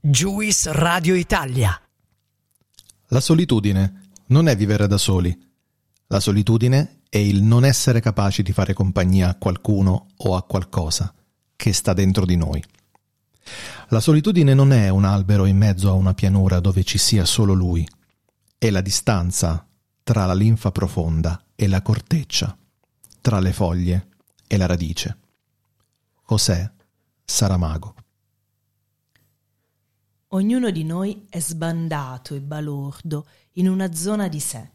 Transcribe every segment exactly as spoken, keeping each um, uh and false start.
Juice Radio Italia. La solitudine non è vivere da soli. La solitudine è il non essere capaci di fare compagnia a qualcuno o a qualcosa che sta dentro di noi. La solitudine non è un albero in mezzo a una pianura dove ci sia solo lui. È la distanza tra la linfa profonda e la corteccia, tra le foglie e la radice. José Saramago. Ognuno di noi è sbandato e balordo in una zona di sé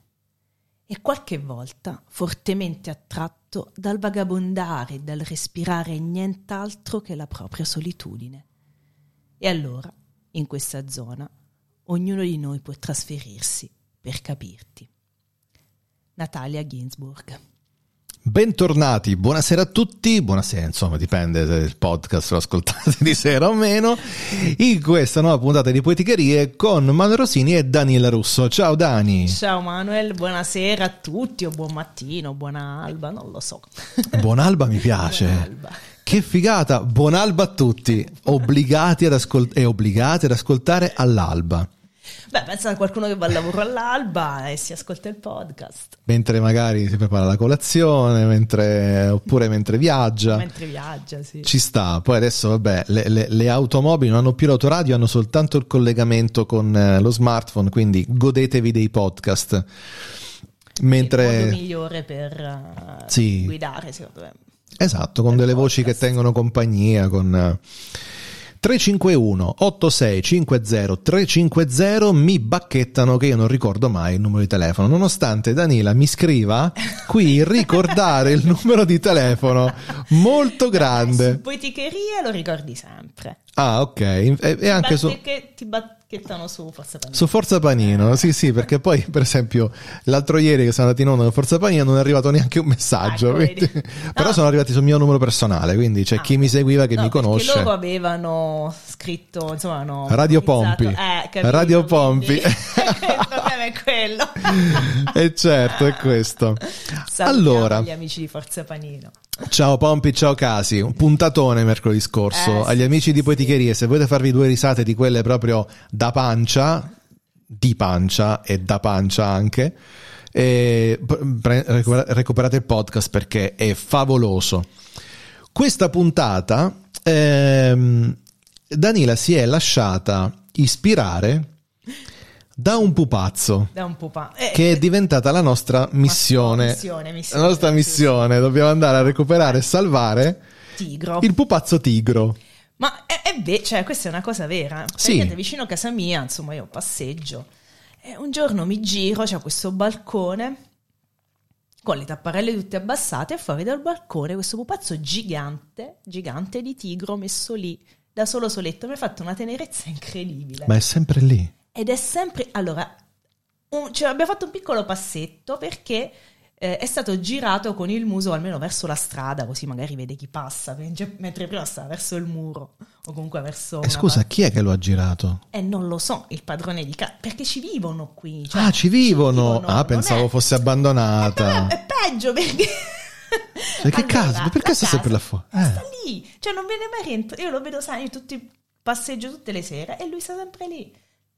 e qualche volta fortemente attratto dal vagabondare e dal respirare nient'altro che la propria solitudine. E allora, in questa zona, ognuno di noi può trasferirsi per capirti. Natalia Ginzburg. Bentornati, buonasera a tutti, buonasera, insomma dipende se il podcast lo ascoltate di sera o meno, in questa nuova puntata di Poeticherie con Manuel Rosini e Daniela Russo. Ciao Dani. Ciao Manuel, buonasera a tutti, o buon mattino, buona alba, non lo so. Buon'alba mi piace. Buon'alba. Che figata, buon'alba a tutti, obbligati ad ascolt- e obbligati ad ascoltare all'alba. Beh, pensa a qualcuno che va al lavoro all'alba e si ascolta il podcast. Mentre magari si prepara la colazione, mentre oppure mentre viaggia. Mentre viaggia, sì. Ci sta. Poi adesso, vabbè, le, le, le automobili non hanno più l'autoradio, hanno soltanto il collegamento con eh, lo smartphone, quindi godetevi dei podcast. Mentre... È il modo migliore per uh, sì. guidare, secondo me. Esatto, con delle podcast. Voci che tengono compagnia, con... Uh, tre cinque uno otto sei cinque zero tre cinque zero mi bacchettano che io non ricordo mai il numero di telefono, nonostante Daniela mi scriva qui ricordare il numero di telefono molto grande. Su Poeticherie lo ricordi sempre. Ah, ok. E, e anche su che ti bacchettano su Forza Panino. Su Forza Panino, sì sì, perché poi per esempio l'altro ieri che sono andati in onda con Forza Panino non è arrivato neanche un messaggio, ah, quindi... però no. Sono arrivati sul mio numero personale, quindi c'è ah, chi mi seguiva che no, mi conosce. Perché loro avevano scritto, insomma, no, Radio Pompi. Eh, capito, Radio Pompi. Il problema è quello. E certo, è questo. Salutiamo allora, gli amici di Forza Panino. Ciao Pompi, ciao Casi, un puntatone mercoledì scorso. Eh, agli sì, amici di sì. Poeticherie, se volete farvi due risate di quelle proprio da pancia, di pancia e da pancia anche, e pre- recuperate il podcast perché è favoloso. Questa puntata ehm, Danila si è lasciata ispirare da un pupazzo, da un pupa- eh, che è diventata la nostra missione, missione, missione la nostra missione, sì, sì. Dobbiamo andare a recuperare e salvare Tigro. il pupazzo tigro. Ma è, è vero, cioè questa è una cosa vera. Sì. Vicino a casa mia, insomma, io passeggio e un giorno mi giro, c'è questo balcone con le tapparelle tutte abbassate e fuori dal balcone questo pupazzo gigante, gigante di tigro messo lì da solo soletto. Mi ha fatto una tenerezza incredibile. Ma è sempre lì. Ed è sempre, allora, un, cioè abbiamo fatto un piccolo passetto perché eh, è stato girato con il muso almeno verso la strada, così magari vede chi passa, mentre prima stava verso il muro o comunque verso... Eh, scusa, parte. Chi è che lo ha girato? Eh, non lo so, il padrone di casa, perché ci vivono qui. Cioè, ah, ci vivono? Ci vivono. Ah, pensavo è... fosse abbandonata. È, è peggio perché... Cioè, che allora, caso? Perché sta sempre là fuori? Eh. Sta lì, cioè non viene mai rientro. Io lo vedo, sai, io tutti passeggio tutte le sere e lui sta sempre lì.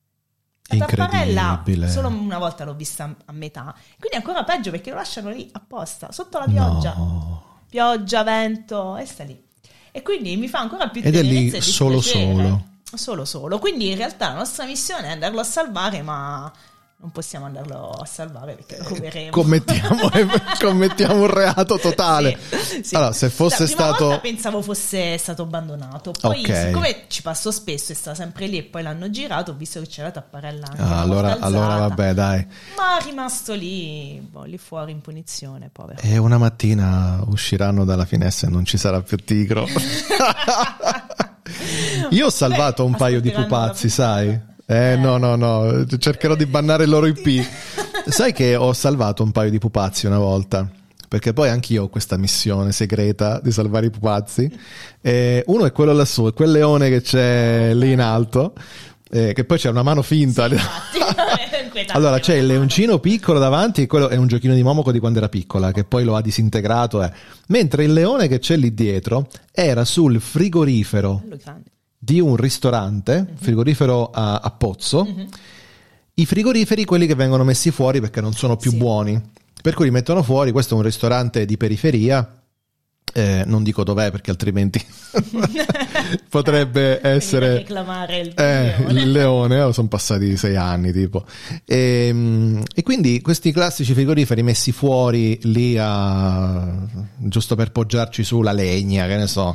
La tapparella solo una volta l'ho vista a metà, quindi è ancora peggio perché lo lasciano lì apposta sotto la pioggia, no. pioggia, vento e sta lì, e quindi mi fa ancora più ed è lì e solo solo solo solo quindi in realtà la nostra missione è andarlo a salvare, ma non possiamo andarlo a salvare perché lo ruberemo. Commettiamo, commettiamo un reato totale. Sì, sì. Allora, se fosse la prima stato volta pensavo fosse stato abbandonato, poi okay. siccome ci passo spesso e sta sempre lì e poi l'hanno girato, ho visto che c'era la tapparella anche ah, allora, allora vabbè dai, ma è rimasto lì, boh, lì fuori in punizione, povero. E una mattina usciranno dalla finestra e non ci sarà più tigro. Io ho salvato Beh, un paio di pupazzi, sai? Eh, eh no no no cercherò di bannare il loro I P. Sai che ho salvato un paio di pupazzi una volta, perché poi anch'io ho questa missione segreta di salvare i pupazzi. E uno è quello lassù, è quel leone che c'è lì in alto, eh, che poi c'è una mano finta. Sì, allora c'è il leoncino piccolo davanti, quello è un giochino di Momoco di quando era piccola, che poi lo ha disintegrato, eh. Mentre il leone che c'è lì dietro era sul frigorifero di un ristorante, frigorifero a, a Pozzo, mm-hmm. i frigoriferi, quelli che vengono messi fuori perché non sono più sì. buoni, per cui li mettono fuori. Questo è un ristorante di periferia, eh, non dico dov'è perché altrimenti potrebbe essere reclamare il, eh, leone. il leone, oh, sono passati sei anni tipo, e, e quindi questi classici frigoriferi messi fuori lì a, giusto per poggiarci su la legna, che ne so,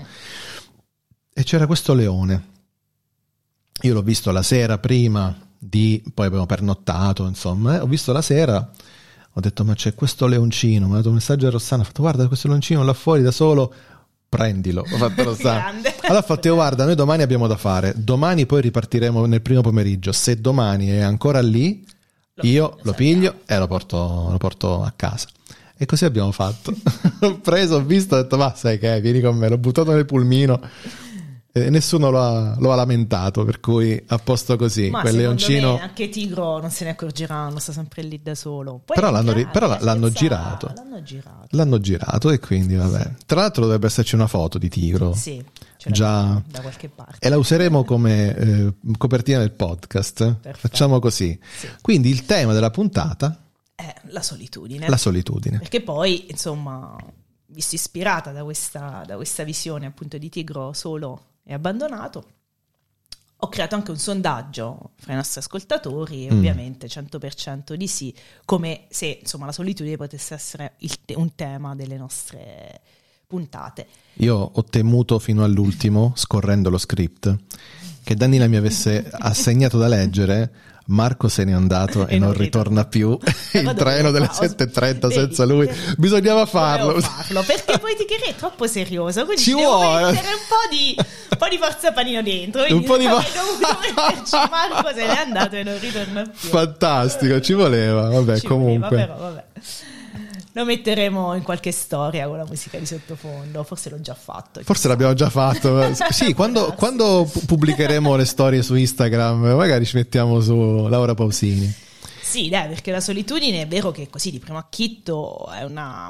e c'era questo leone. Io l'ho visto la sera prima di, poi abbiamo pernottato, insomma, eh, ho visto la sera, ho detto ma c'è questo leoncino, mi ha dato un messaggio a Rossana, ha fatto guarda questo leoncino là fuori da solo, prendilo. Ho fatto Rossana. Allora ho fatto io guarda, noi domani abbiamo da fare, domani poi ripartiremo nel primo pomeriggio, se domani è ancora lì lo io lo piglio e lo porto, lo porto a casa. E così abbiamo fatto. Ho preso, ho visto, ho detto ma sai che è, vieni con me, l'ho buttato nel pulmino e nessuno lo ha, lo ha lamentato, per cui a posto così. Ma quel leoncino me anche Tigro non se ne accorgeranno, sta sempre lì da solo. Poi però l'hanno, grande, però l'hanno girato l'hanno girato l'hanno girato e quindi vabbè sì. Tra l'altro dovrebbe esserci una foto di Tigro sì, già da qualche parte e la useremo come eh, copertina del podcast. Perfetto. Facciamo così sì. Quindi il tema della puntata è la solitudine la solitudine perché poi insomma visto ispirata da questa, da questa visione appunto di Tigro solo e abbandonato, ho creato anche un sondaggio fra i nostri ascoltatori e mm. ovviamente cento per cento di sì, come se insomma la solitudine potesse essere il te- un tema delle nostre puntate. Io ho temuto fino all'ultimo, scorrendo lo script, che Daniela mi avesse assegnato da leggere Marco se n'è andato e, e non ritorna, ritorna più il treno delle sette e trenta senza lui, bisognava farlo. farlo perché poi ti crei troppo serioso, quindi ci devo vuole mettere un po' di un po' di forza panino dentro, un po' di Marco se n'è andato e non ritorna più. Fantastico, ci voleva, vabbè, ci comunque voleva, però, vabbè. Lo metteremo in qualche storia con la musica di sottofondo, forse l'ho già fatto. Forse l'abbiamo già fatto. Sì, quando, quando pubblicheremo le storie su Instagram, magari ci mettiamo su Laura Pausini. Sì, dai, perché la solitudine è vero che così di primo acchitto è una,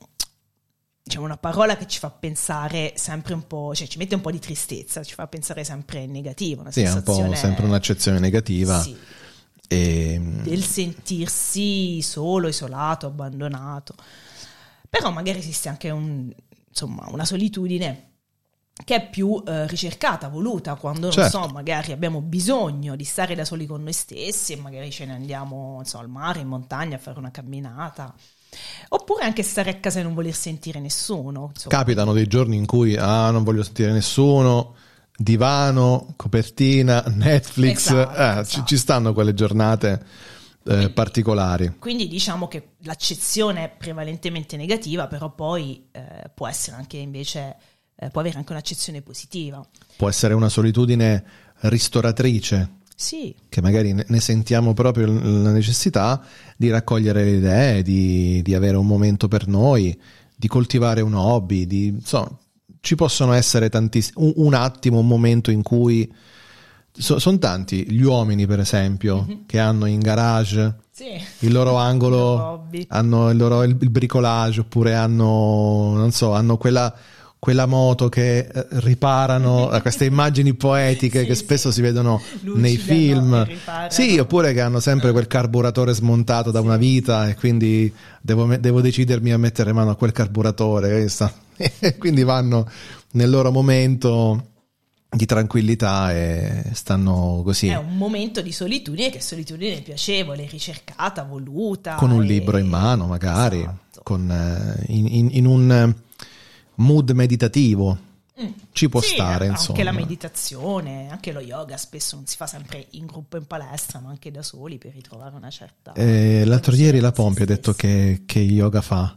diciamo, una parola che ci fa pensare sempre un po', cioè ci mette un po' di tristezza, ci fa pensare sempre in negativo. Una sì, è un po' sempre un'accezione negativa. Sì. E... del sentirsi solo, isolato, abbandonato. Però magari esiste anche un, insomma, una solitudine che è più eh, ricercata, voluta, quando certo. non so, magari abbiamo bisogno di stare da soli con noi stessi e magari ce ne andiamo, non so, al mare, in montagna a fare una camminata. Oppure anche stare a casa e non voler sentire nessuno. Insomma. Capitano dei giorni in cui ah non voglio sentire nessuno, divano, copertina, Netflix, esatto, eh, esatto. Ci, ci stanno quelle giornate eh, particolari. Quindi diciamo che l'accezione è prevalentemente negativa, però poi eh, può essere anche invece, eh, può avere anche un'accezione positiva. Può essere una solitudine ristoratrice. Sì. Che magari ne sentiamo proprio la necessità di raccogliere le idee, di, di avere un momento per noi, di coltivare un hobby, di insomma. Ci possono essere tantissimi, un, un attimo, un momento in cui so, sono tanti gli uomini, per esempio, mm-hmm. che hanno in garage sì. il loro angolo, hanno il loro il, il bricolage, oppure hanno, non so, hanno quella, quella moto che riparano, queste immagini poetiche sì, che spesso sì. si vedono Lucidano nei film. Sì, oppure che hanno sempre quel carburatore smontato da una vita e quindi devo, devo decidermi a mettere mano a quel carburatore che sta. E quindi vanno nel loro momento di tranquillità e stanno così. È un momento di solitudine che è solitudine piacevole, ricercata, voluta. Con un e... libro in mano magari, esatto. con, in, in, in un mood meditativo. Mm. Ci può sì, stare, anche insomma. La meditazione, anche lo yoga spesso non si fa sempre in gruppo in palestra, ma anche da soli per ritrovare una certa... Eh, l'altro ieri la Pompi ha detto che, che yoga fa.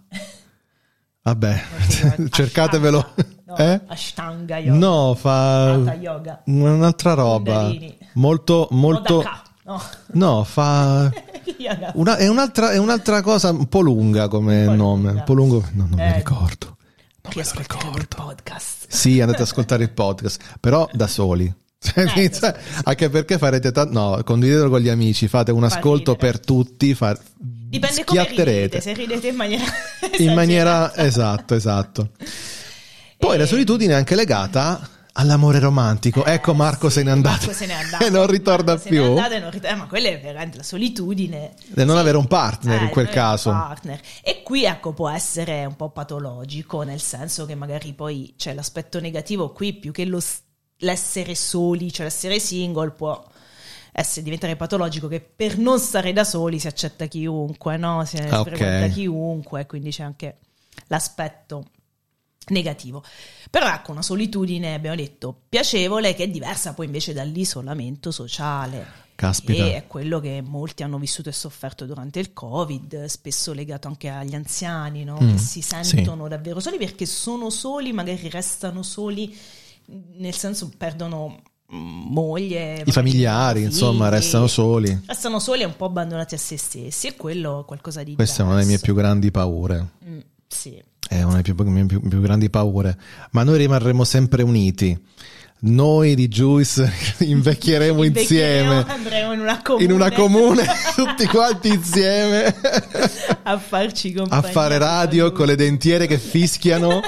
Vabbè, cercatevelo. No, eh? Ashtanga yoga. No, fa yoga. un'altra roba. Kundalini. Molto, molto. No, no fa. Una, è, un'altra, è un'altra cosa un po' lunga come un nome. Lunga. Un po' lungo. No, non eh, mi ricordo. Non me lo ricordo. Il podcast. Sì, andate ad ascoltare il podcast, però da soli. Cioè, eh, cioè, sì. Anche perché farete tanto. No, condividetelo con gli amici, fate un ascolto ridere. Per tutti. Fa... Dipende come ridete, se ridete in maniera in maniera esatto, esatto. Poi e... la solitudine è anche legata all'amore romantico. Eh, ecco Marco sì, se n'è andato, se n'è andato e non ritorna Marco più. Se n'è andato e non ritorna, ma quella è veramente la solitudine. E non sì. avere un partner eh, in quel caso. Partner. E qui ecco può essere un po' patologico, nel senso che magari poi c'è l'aspetto negativo qui più che lo, l'essere soli, cioè l'essere single può essere diventare patologico, che per non stare da soli si accetta chiunque, no? Si ah, okay. frequenta chiunque, quindi c'è anche l'aspetto negativo. Però ecco una solitudine, abbiamo detto, piacevole, che è diversa poi invece dall'isolamento sociale. Caspita. E è quello che molti hanno vissuto e sofferto durante il Covid, spesso legato anche agli anziani, no? mm, che si sentono sì. davvero soli, perché sono soli, magari restano soli, nel senso perdono moglie, i familiari, figli, insomma, restano soli. Restano soli e un po' abbandonati a se stessi, e quello è qualcosa di Questa diverso. è una delle mie più grandi paure. Mm, sì. È una delle più, mie più, più grandi paure. Ma noi rimarremo sempre uniti. Noi di Juice invecchieremo, invecchieremo insieme, andremo in una comune, in una comune tutti quanti insieme a farci compagnia, a fare radio con le dentiere che fischiano.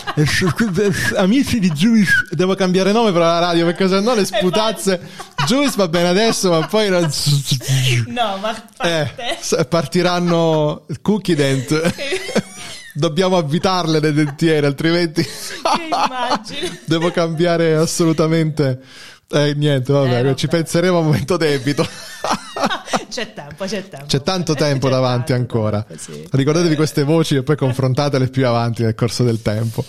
Amici di Juice, devo cambiare nome per la radio perché sennò le sputazze. Juice va bene adesso, ma poi non... no, ma parte. Eh, partiranno cookie dent. Dobbiamo avvitarle le dentiere, altrimenti che immagini. Devo cambiare assolutamente. Eh, niente, vabbè, eh, vabbè, ci penseremo a momento debito. C'è tempo, c'è tempo. C'è tanto tempo c'è davanti tanto ancora. Tempo, sì. Ricordatevi queste voci e poi confrontatele più avanti nel corso del tempo.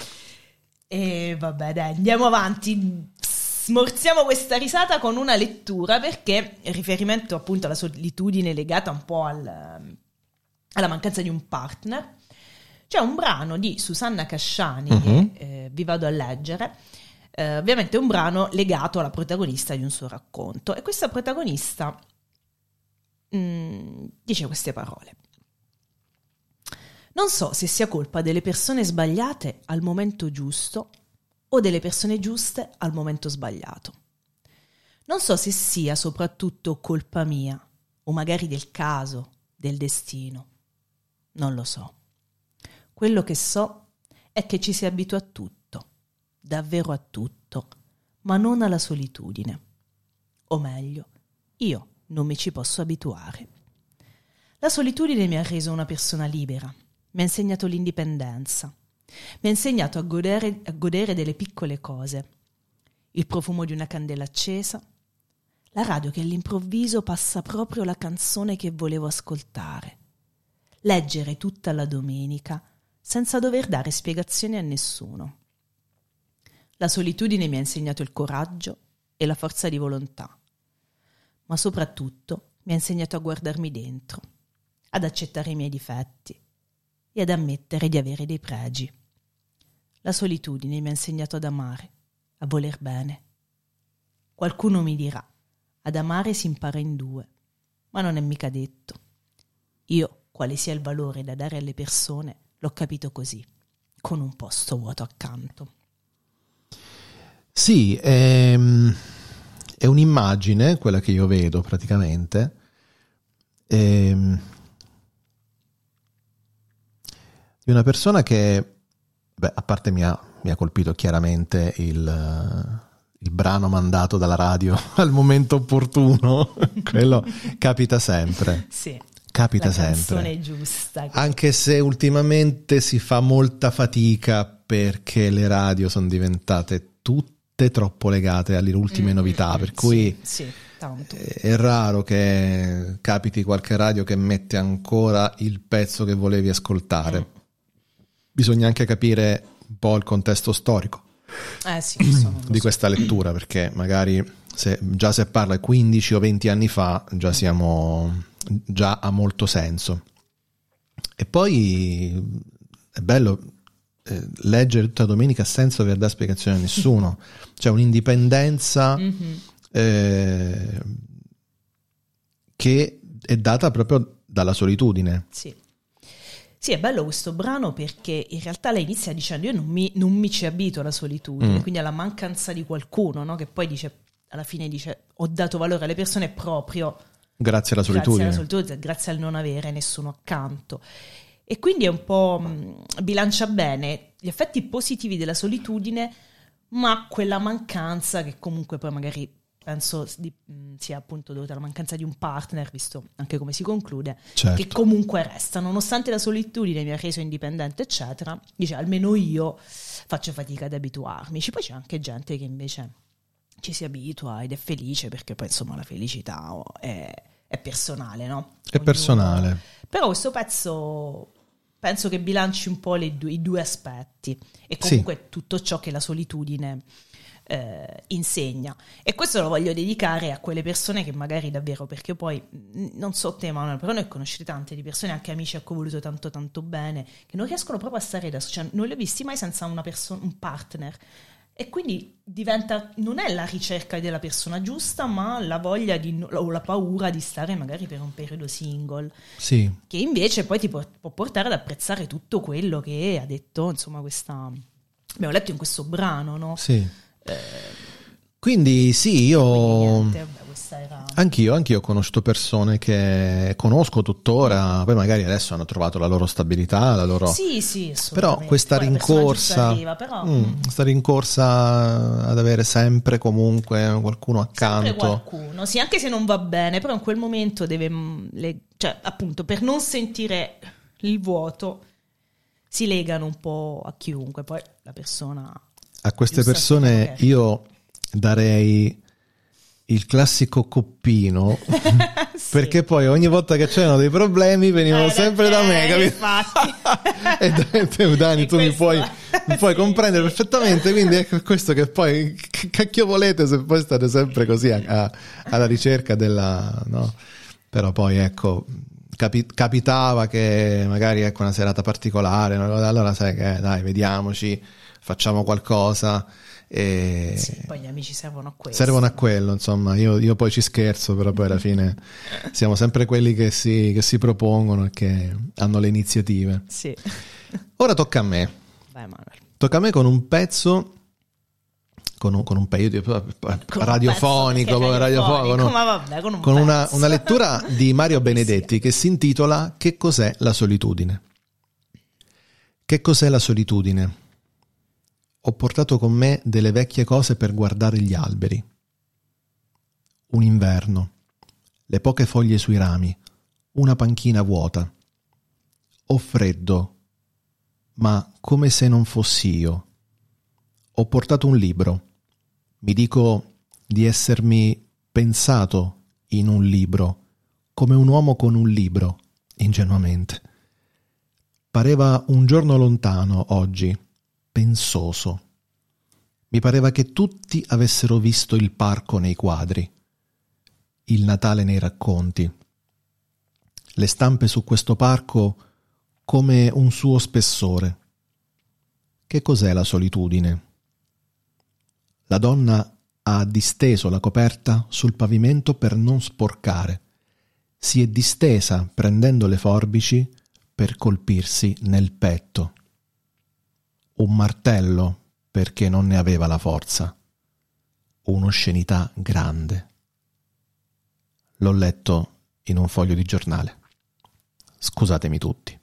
E vabbè, dai, andiamo avanti. Smorziamo questa risata con una lettura, perché il riferimento appunto alla solitudine legata un po' al, alla mancanza di un partner. C'è un brano di Susanna Casciani uh-huh. che eh, vi vado a leggere. Eh, ovviamente è un brano legato alla protagonista di un suo racconto, e questa protagonista mh, dice queste parole: non so se sia colpa delle persone sbagliate al momento giusto o delle persone giuste al momento sbagliato. Non so se sia soprattutto colpa mia o magari del caso, del destino. Non lo so. Quello che so è che ci si abitua a tutto, davvero a tutto, ma non alla solitudine. O meglio, io non mi ci posso abituare. La solitudine mi ha reso una persona libera, mi ha insegnato l'indipendenza, mi ha insegnato a godere, a godere delle piccole cose, il profumo di una candela accesa, la radio che all'improvviso passa proprio la canzone che volevo ascoltare, leggere tutta la domenica senza dover dare spiegazioni a nessuno. La solitudine mi ha insegnato il coraggio e la forza di volontà, ma soprattutto mi ha insegnato a guardarmi dentro, ad accettare i miei difetti e ad ammettere di avere dei pregi. La solitudine mi ha insegnato ad amare, a voler bene. Qualcuno mi dirà: ad amare si impara in due, ma non è mica detto. Io, quale sia il valore da dare alle persone, l'ho capito così, con un posto vuoto accanto. Sì, è, è un'immagine, quella che io vedo praticamente, è, di una persona che, beh, a parte mi ha, mi ha colpito chiaramente il, il brano mandato dalla radio al momento opportuno, quello capita sempre. Sì. Capita la sempre. canzone giusta. Anche se ultimamente si fa molta fatica perché le radio sono diventate tutte troppo legate alle ultime mm, novità, per cui sì, sì, tanto. È raro che capiti qualche radio che mette ancora il pezzo che volevi ascoltare. Mm. Bisogna anche capire un po' il contesto storico eh sì, sono, di questa lettura, perché magari se, già se parla quindici o venti anni fa già siamo... già ha molto senso. E poi è bello eh, leggere tutta domenica senza aver dato spiegazione a nessuno. C'è un'indipendenza mm-hmm. eh, che è data proprio dalla solitudine. Sì. Sì, è bello questo brano perché in realtà lei inizia dicendo: io non mi, non mi ci abito alla solitudine, mm. quindi alla mancanza di qualcuno, no? Che poi dice, alla fine dice: ho dato valore alle persone proprio grazie alla solitudine. Grazie alla solitudine, grazie al non avere nessuno accanto. E quindi è un po' mh, bilancia bene gli effetti positivi della solitudine, ma quella mancanza che comunque poi magari penso di, sia appunto dovuta alla mancanza di un partner, visto anche come si conclude, certo. che comunque resta, nonostante la solitudine mi ha reso indipendente eccetera, dice almeno io faccio fatica ad abituarmi. Poi c'è anche gente che invece ci si abitua ed è felice, perché poi insomma la felicità è, è personale, no? È Ognuno... personale. Però questo pezzo penso che bilanci un po' le due, i due aspetti e comunque sì. tutto ciò che la solitudine Eh, insegna, e questo lo voglio dedicare a quelle persone che magari davvero, perché poi non so te Manuel, però noi conoscete tante di persone, anche amici a cui ho voluto tanto tanto bene, che non riescono proprio a stare da soli, cioè non li ho visti mai senza una persona, un partner, e quindi diventa, non è la ricerca della persona giusta, ma la voglia di, o la paura di stare magari per un periodo single, sì. che invece poi ti può, può portare ad apprezzare tutto quello che ha detto, insomma, questa, abbiamo letto in questo brano, no? Sì. Quindi sì, io niente, vabbè, questa era... anch'io, anch'io ho conosciuto persone che conosco tuttora, poi magari adesso hanno trovato la loro stabilità, la loro... Sì, sì, però questa poi rincorsa, arriva, però... mh, questa rincorsa ad avere sempre comunque qualcuno accanto. Sempre qualcuno, sì, anche se non va bene, però in quel momento deve, le, cioè appunto per non sentire il vuoto si legano un po' a chiunque, poi la persona... A queste persone io darei il classico coppino, sì. perché poi ogni volta che c'erano dei problemi venivano eh, sempre da me, capito? E te, Dani, tu mi puoi, mi puoi sì, comprendere sì. perfettamente, quindi è questo che poi, che cacchio volete se poi state sempre così a, a, alla ricerca della... no? Però poi ecco... Capi- capitava che magari ecco una serata particolare, allora sai che dai, vediamoci, facciamo qualcosa e sì, poi gli amici servono a quello servono a quello insomma, io, io poi ci scherzo, però poi alla fine siamo sempre quelli che si, che si propongono e che hanno le iniziative. Sì. Ora tocca a me. Vai, Manuel. Tocca a me con un pezzo con un, con un paio di con radiofonico, un radiofonico no? ma vabbè, con, un con una, una lettura di Mario Benedetti che si intitola Che cos'è la solitudine? Che cos'è la solitudine? Ho portato con me delle vecchie cose per guardare gli alberi. Un inverno, le poche foglie sui rami, una panchina vuota. Ho freddo, ma come se non fossi io. Ho portato un libro. Mi dico di essermi pensato in un libro, come un uomo con un libro, ingenuamente. Pareva un giorno lontano oggi, pensoso. Mi pareva che tutti avessero visto il parco nei quadri, il Natale nei racconti, le stampe su questo parco come un suo spessore. Che cos'è la solitudine? La donna ha disteso la coperta sul pavimento per non sporcare. Si è distesa prendendo le forbici per colpirsi nel petto. Un martello perché non ne aveva la forza. Un'oscenità grande. L'ho letto in un foglio di giornale. Scusatemi tutti.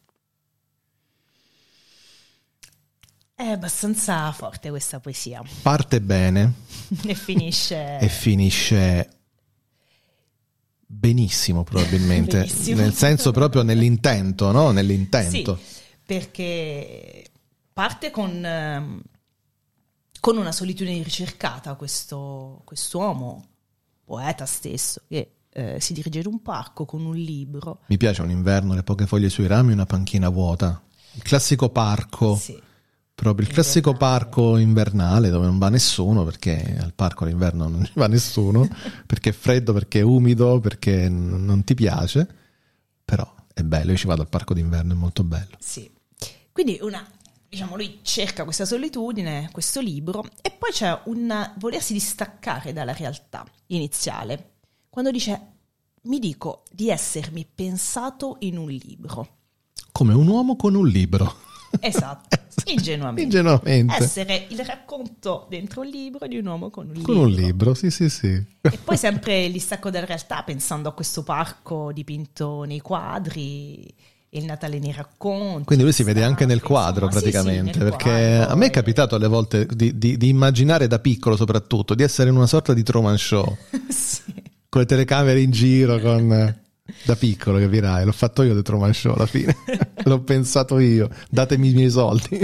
È abbastanza forte questa poesia. Parte bene e finisce e finisce benissimo, probabilmente. Benissimo. Nel senso proprio nell'intento, no? Nell'intento. Sì, perché parte con, con una solitudine ricercata questo quest'uomo, poeta stesso, che eh, si dirige ad un parco con un libro. Mi piace un inverno, le poche foglie sui rami, una panchina vuota. Il classico parco. Sì. Proprio il classico invernale. Parco invernale dove non va nessuno, perché al parco all'inverno non ci va nessuno, perché è freddo, perché è umido, perché n- non ti piace, però è bello, io ci vado al parco d'inverno, è molto bello. Sì, quindi una, diciamo, lui cerca questa solitudine, questo libro, e poi c'è un volersi distaccare dalla realtà iniziale, quando dice, mi dico di essermi pensato in un libro. Come un uomo con un libro. Esatto, ingenuamente. ingenuamente essere il racconto dentro un libro di un uomo con un con libro con un libro, sì sì sì, e poi sempre il distacco dalla realtà, pensando a questo parco dipinto nei quadri, il Natale nei racconti. Quindi lui si vede anche nel quadro, insomma, praticamente, sì, sì, nel perché quadro, a me è capitato alle volte di, di, di immaginare da piccolo soprattutto di essere in una sorta di Truman Show, sì. Con le telecamere in giro, con... da piccolo, capirai, l'ho fatto io The Truman Show alla fine. L'ho pensato io, datemi i miei soldi.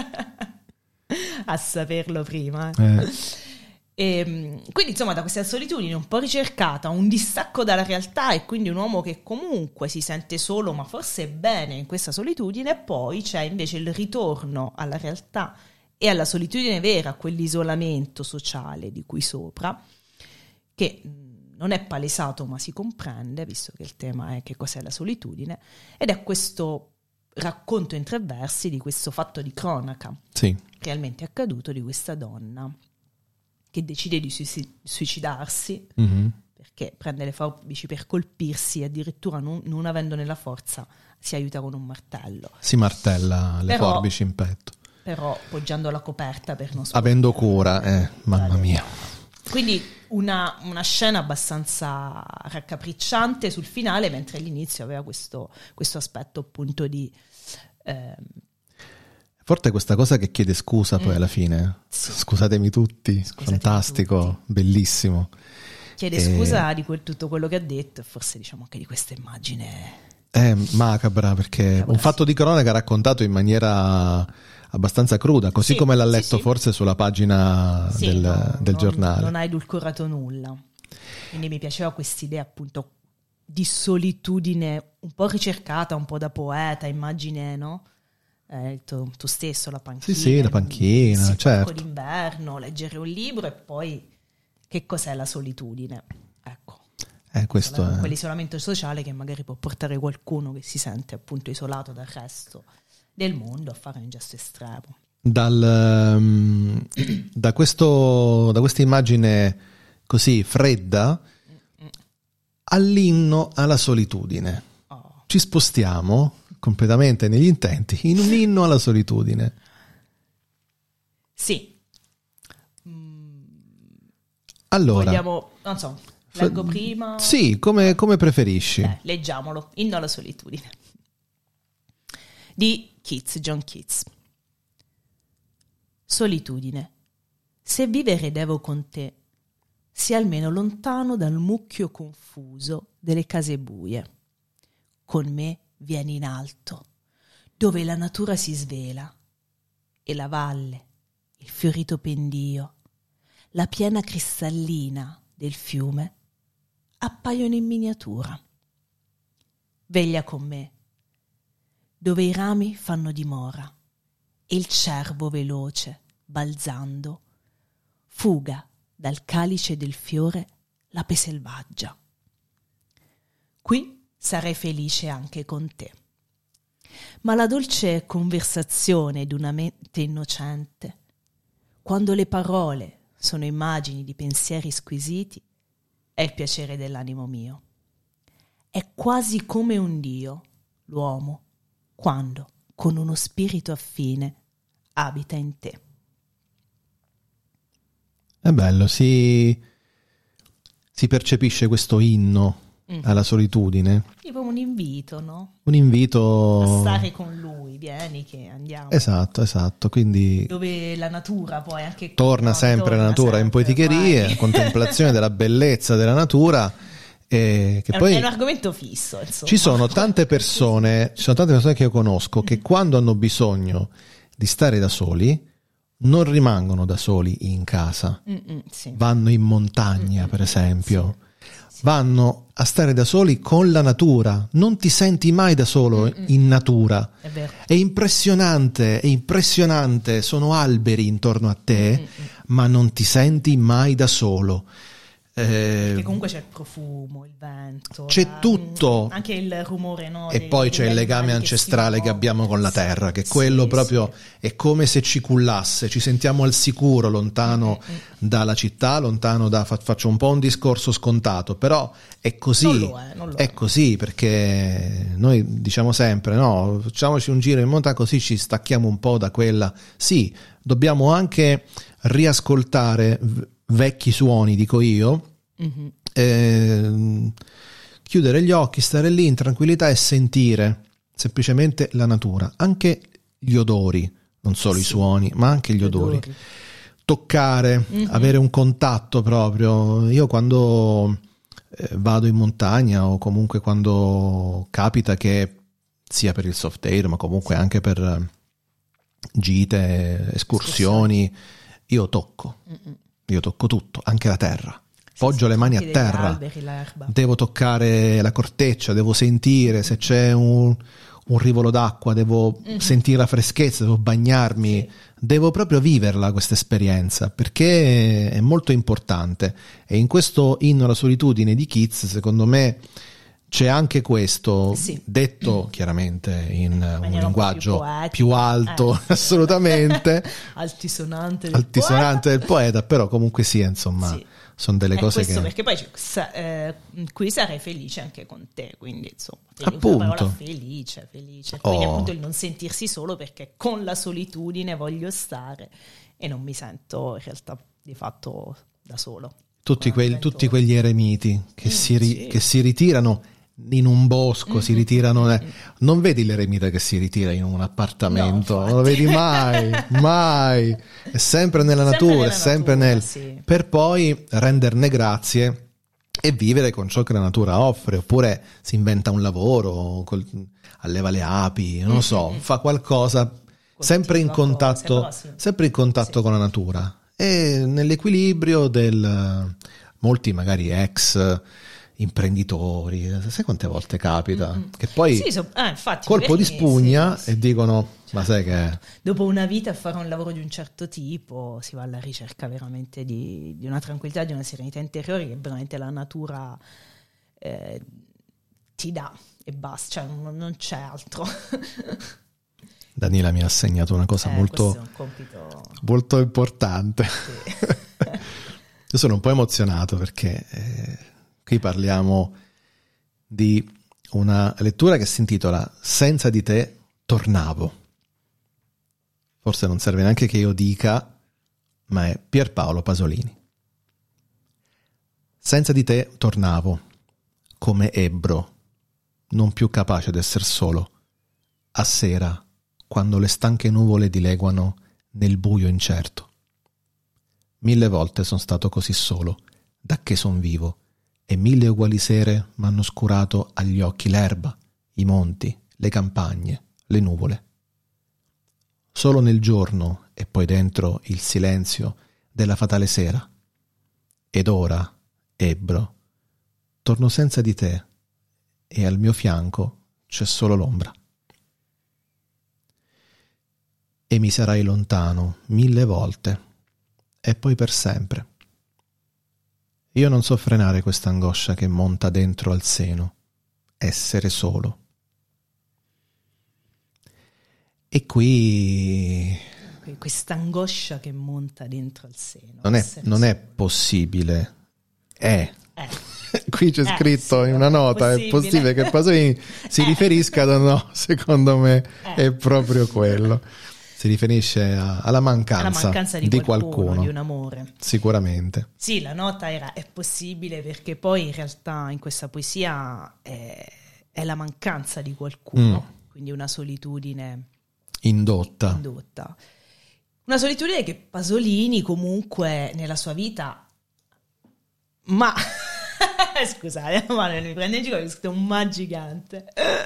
A saperlo prima. Eh. E, quindi insomma, da questa solitudine un po' ricercata, un distacco dalla realtà, e quindi un uomo che comunque si sente solo ma forse bene in questa solitudine. Poi c'è invece il ritorno alla realtà e alla solitudine vera, quell'isolamento sociale di cui sopra, che non è palesato ma si comprende, visto che il tema è che cos'è la solitudine, ed è questo racconto in tre versi di questo fatto di cronaca, sì, realmente accaduto, di questa donna che decide di suicidarsi, mm-hmm. perché prende le forbici per colpirsi e addirittura non, non avendone la forza si aiuta con un martello. Si martella le però, forbici in petto. Però poggiando la coperta per non avendo cura, eh, mamma mia. Quindi una, una scena abbastanza raccapricciante sul finale, mentre all'inizio aveva questo, questo aspetto appunto di... Eh, Forte questa cosa che chiede scusa poi mm. alla fine. Sì. Scusatemi tutti, Scusatemi fantastico, tutti. Bellissimo. Chiede e... scusa di quel, tutto quello che ha detto, e forse diciamo anche di questa immagine... È macabra, perché macabra, un fatto sì. di cronaca raccontato in maniera abbastanza cruda, così sì, come l'ha letto sì, sì. forse sulla pagina sì, del, no, del non, giornale. Non ha edulcorato nulla. Quindi mi piaceva quest'idea appunto di solitudine un po' ricercata, un po' da poeta, immagine, no? Eh, tu, tu stesso, la panchina. Sì, sì, la panchina, il certo. d'inverno, leggere un libro e poi che cos'è la solitudine? Ecco. Eh, questo è... Quell'isolamento sociale che magari può portare qualcuno che si sente appunto isolato dal resto del mondo a fare un gesto estremo. Dal, um, da, questo, da questa immagine così fredda Mm-mm. all'inno alla solitudine. Oh. Ci spostiamo completamente negli intenti in un inno alla solitudine. Sì. Allora, vogliamo, non so, leggo prima? Sì, come, come preferisci. Eh, leggiamolo, Inno alla solitudine. Di Keats, John Keats. Solitudine. Se vivere devo con te, sia almeno lontano dal mucchio confuso delle case buie. Con me vieni in alto, dove la natura si svela, e la valle, il fiorito pendio, la piena cristallina del fiume appaiono in miniatura. Veglia con me, dove i rami fanno dimora e il cervo veloce, balzando, fuga dal calice del fiore l'ape selvaggia. Qui sarei felice anche con te. Ma la dolce conversazione d'una mente innocente, quando le parole sono immagini di pensieri squisiti, è il piacere dell'animo mio. È quasi come un dio, l'uomo, quando, con uno spirito affine, abita in te. È bello, si, si percepisce questo inno mm. alla solitudine. Tipo un invito, no? Un invito a stare con lui, vieni che andiamo. Esatto, esatto, quindi dove la natura poi anche torna no, sempre torna la natura sempre, in poeticherie, contemplazione della bellezza della natura. E che è, poi è un argomento fisso, insomma. Ci sono tante persone, ci sono tante persone che io conosco che quando hanno bisogno di stare da soli non rimangono da soli in casa, sì. vanno in montagna, Mm-mm. per esempio. Sì. Vanno a stare da soli con la natura, non ti senti mai da solo Mm-mm. in natura. È vero. È impressionante, è impressionante, sono alberi intorno a te, Mm-mm. ma non ti senti mai da solo. Eh, perché comunque c'è il profumo, il vento, c'è la, tutto, anche il rumore, no, e dei, poi c'è il legame ancestrale che, che abbiamo con la terra, che sì, quello proprio sì. è come se ci cullasse, ci sentiamo al sicuro, lontano mm-hmm. dalla città, lontano da faccio un po' un discorso scontato, però è così, non lo è, non lo è, è così, perché noi diciamo sempre no, facciamoci un giro in montagna così ci stacchiamo un po' da quella. Sì, dobbiamo anche riascoltare vecchi suoni, dico io, mm-hmm. eh, chiudere gli occhi, stare lì in tranquillità e sentire semplicemente la natura, anche gli odori, non solo sì. i suoni, ma anche gli, gli odori. odori. Toccare, mm-hmm. avere un contatto proprio. Io quando eh, vado in montagna o comunque quando capita che sia per il soft air, ma comunque sì. anche per gite, escursioni, io tocco, Mm-mm. io tocco tutto, anche la terra. Poggio sì, le mani a terra, alberi, devo toccare la corteccia, devo sentire se c'è un, un rivolo d'acqua, devo mm-hmm. sentire la freschezza, devo bagnarmi, sì. devo proprio viverla questa esperienza, perché è molto importante. E in questo inno alla solitudine di Keats, secondo me, c'è anche questo, sì. detto chiaramente in un linguaggio più, più alto, eh, assolutamente, altisonante, del, altisonante poeta. del poeta, però comunque sia, insomma, sì. sono delle è cose questo che... Perché poi eh, qui sarei felice anche con te, quindi insomma, appunto. felice, felice. Quindi oh. appunto il non sentirsi solo, perché con la solitudine voglio stare e non mi sento in realtà di fatto da solo. Tutti, quel, tutti quegli eremiti che, mm, si, ri, sì. che si ritirano in un bosco, mm-hmm. si ritirano, eh. non vedi l'eremita che si ritira in un appartamento, no, non lo vedi mai, mai, è sempre nella sempre natura, nella è sempre natura, nel sì. per poi renderne grazie e vivere con ciò che la natura offre, oppure si inventa un lavoro, col, alleva le api, non lo so, mm-hmm. fa qualcosa Continua sempre in contatto, cose, sì. sempre in contatto sì. con la natura e nell'equilibrio del molti magari ex imprenditori, sai quante volte capita mm-hmm. che poi sì, so, ah, infatti, colpo di spugna sì, sì, e dicono sì. ma sai che dopo una vita a fare un lavoro di un certo tipo si va alla ricerca veramente di, di una tranquillità, di una serenità interiore che veramente la natura eh, ti dà e basta, cioè non, non c'è altro. Daniela mi ha assegnato una cosa eh, molto un compito... molto importante. Sì. Io sono un po' emozionato perché eh, qui parliamo di una lettura che si intitola Senza di te tornavo. Forse non serve neanche che io dica, ma è Pierpaolo Pasolini. Senza di te tornavo, come ebbro, non più capace d'esser solo, a sera, quando le stanche nuvole dileguano nel buio incerto. Mille volte son stato così solo, da che son vivo, e mille uguali sere m'hanno scurato agli occhi l'erba, i monti, le campagne, le nuvole. Solo nel giorno e poi dentro il silenzio della fatale sera. Ed ora, ebbro, torno senza di te e al mio fianco c'è solo l'ombra. E mi sarai lontano mille volte e poi per sempre. Io non so frenare questa angoscia che monta dentro al seno, essere solo. E qui... questa angoscia che monta dentro al seno. Non è, non è possibile. È. Eh. Qui c'è eh, scritto sì, in una nota, è possibile che Pasolini si eh. riferisca, no, secondo me eh. è proprio quello. Si riferisce a, alla, mancanza alla mancanza di, di qualcuno, qualcuno, di un amore. Sicuramente. Sì, la nota era è possibile, perché poi in realtà in questa poesia è, è la mancanza di qualcuno, mm. quindi una solitudine indotta. indotta. Una solitudine che Pasolini comunque nella sua vita, ma scusate, ma non mi prende in giro, è un ma gigante.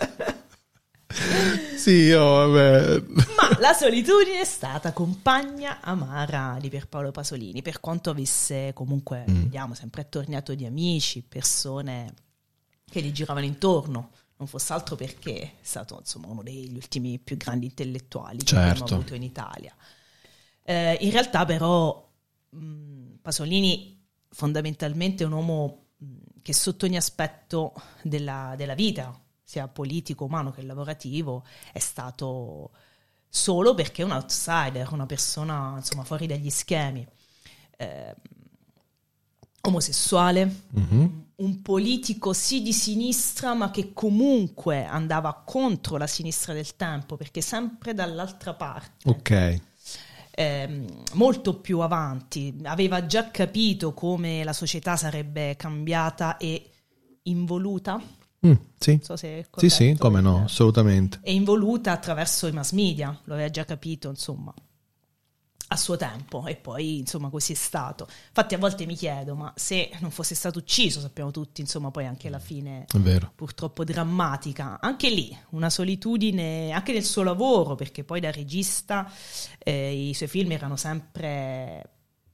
Sì, io vabbè. Ma la solitudine è stata compagna amara di Pierpaolo Pasolini, per quanto avesse comunque, mm. vediamo, sempre attorniato di amici, persone che gli giravano intorno, non fosse altro perché è stato insomma uno degli ultimi più grandi intellettuali che certo. abbiamo avuto in Italia. Eh, in realtà però mh, Pasolini fondamentalmente è un uomo mh, che sotto ogni aspetto della, della vita, sia politico, umano che lavorativo, è stato solo perché è un outsider, una persona insomma fuori dagli schemi, eh, omosessuale, mm-hmm. un politico sì di sinistra ma che comunque andava contro la sinistra del tempo, perché sempre dall'altra parte. Ok. Eh, molto più avanti, aveva già capito come la società sarebbe cambiata e involuta. Mm, sì. Non so se è corretto, Sì, sì, come no, perché assolutamente. è involuta attraverso i mass media, lo aveva già capito, insomma, a suo tempo, e poi, insomma, così è stato. Infatti a volte mi chiedo, ma se non fosse stato ucciso, sappiamo tutti, insomma, poi anche la fine È vero. purtroppo drammatica, anche lì una solitudine anche nel suo lavoro, perché poi da regista eh, i suoi film erano sempre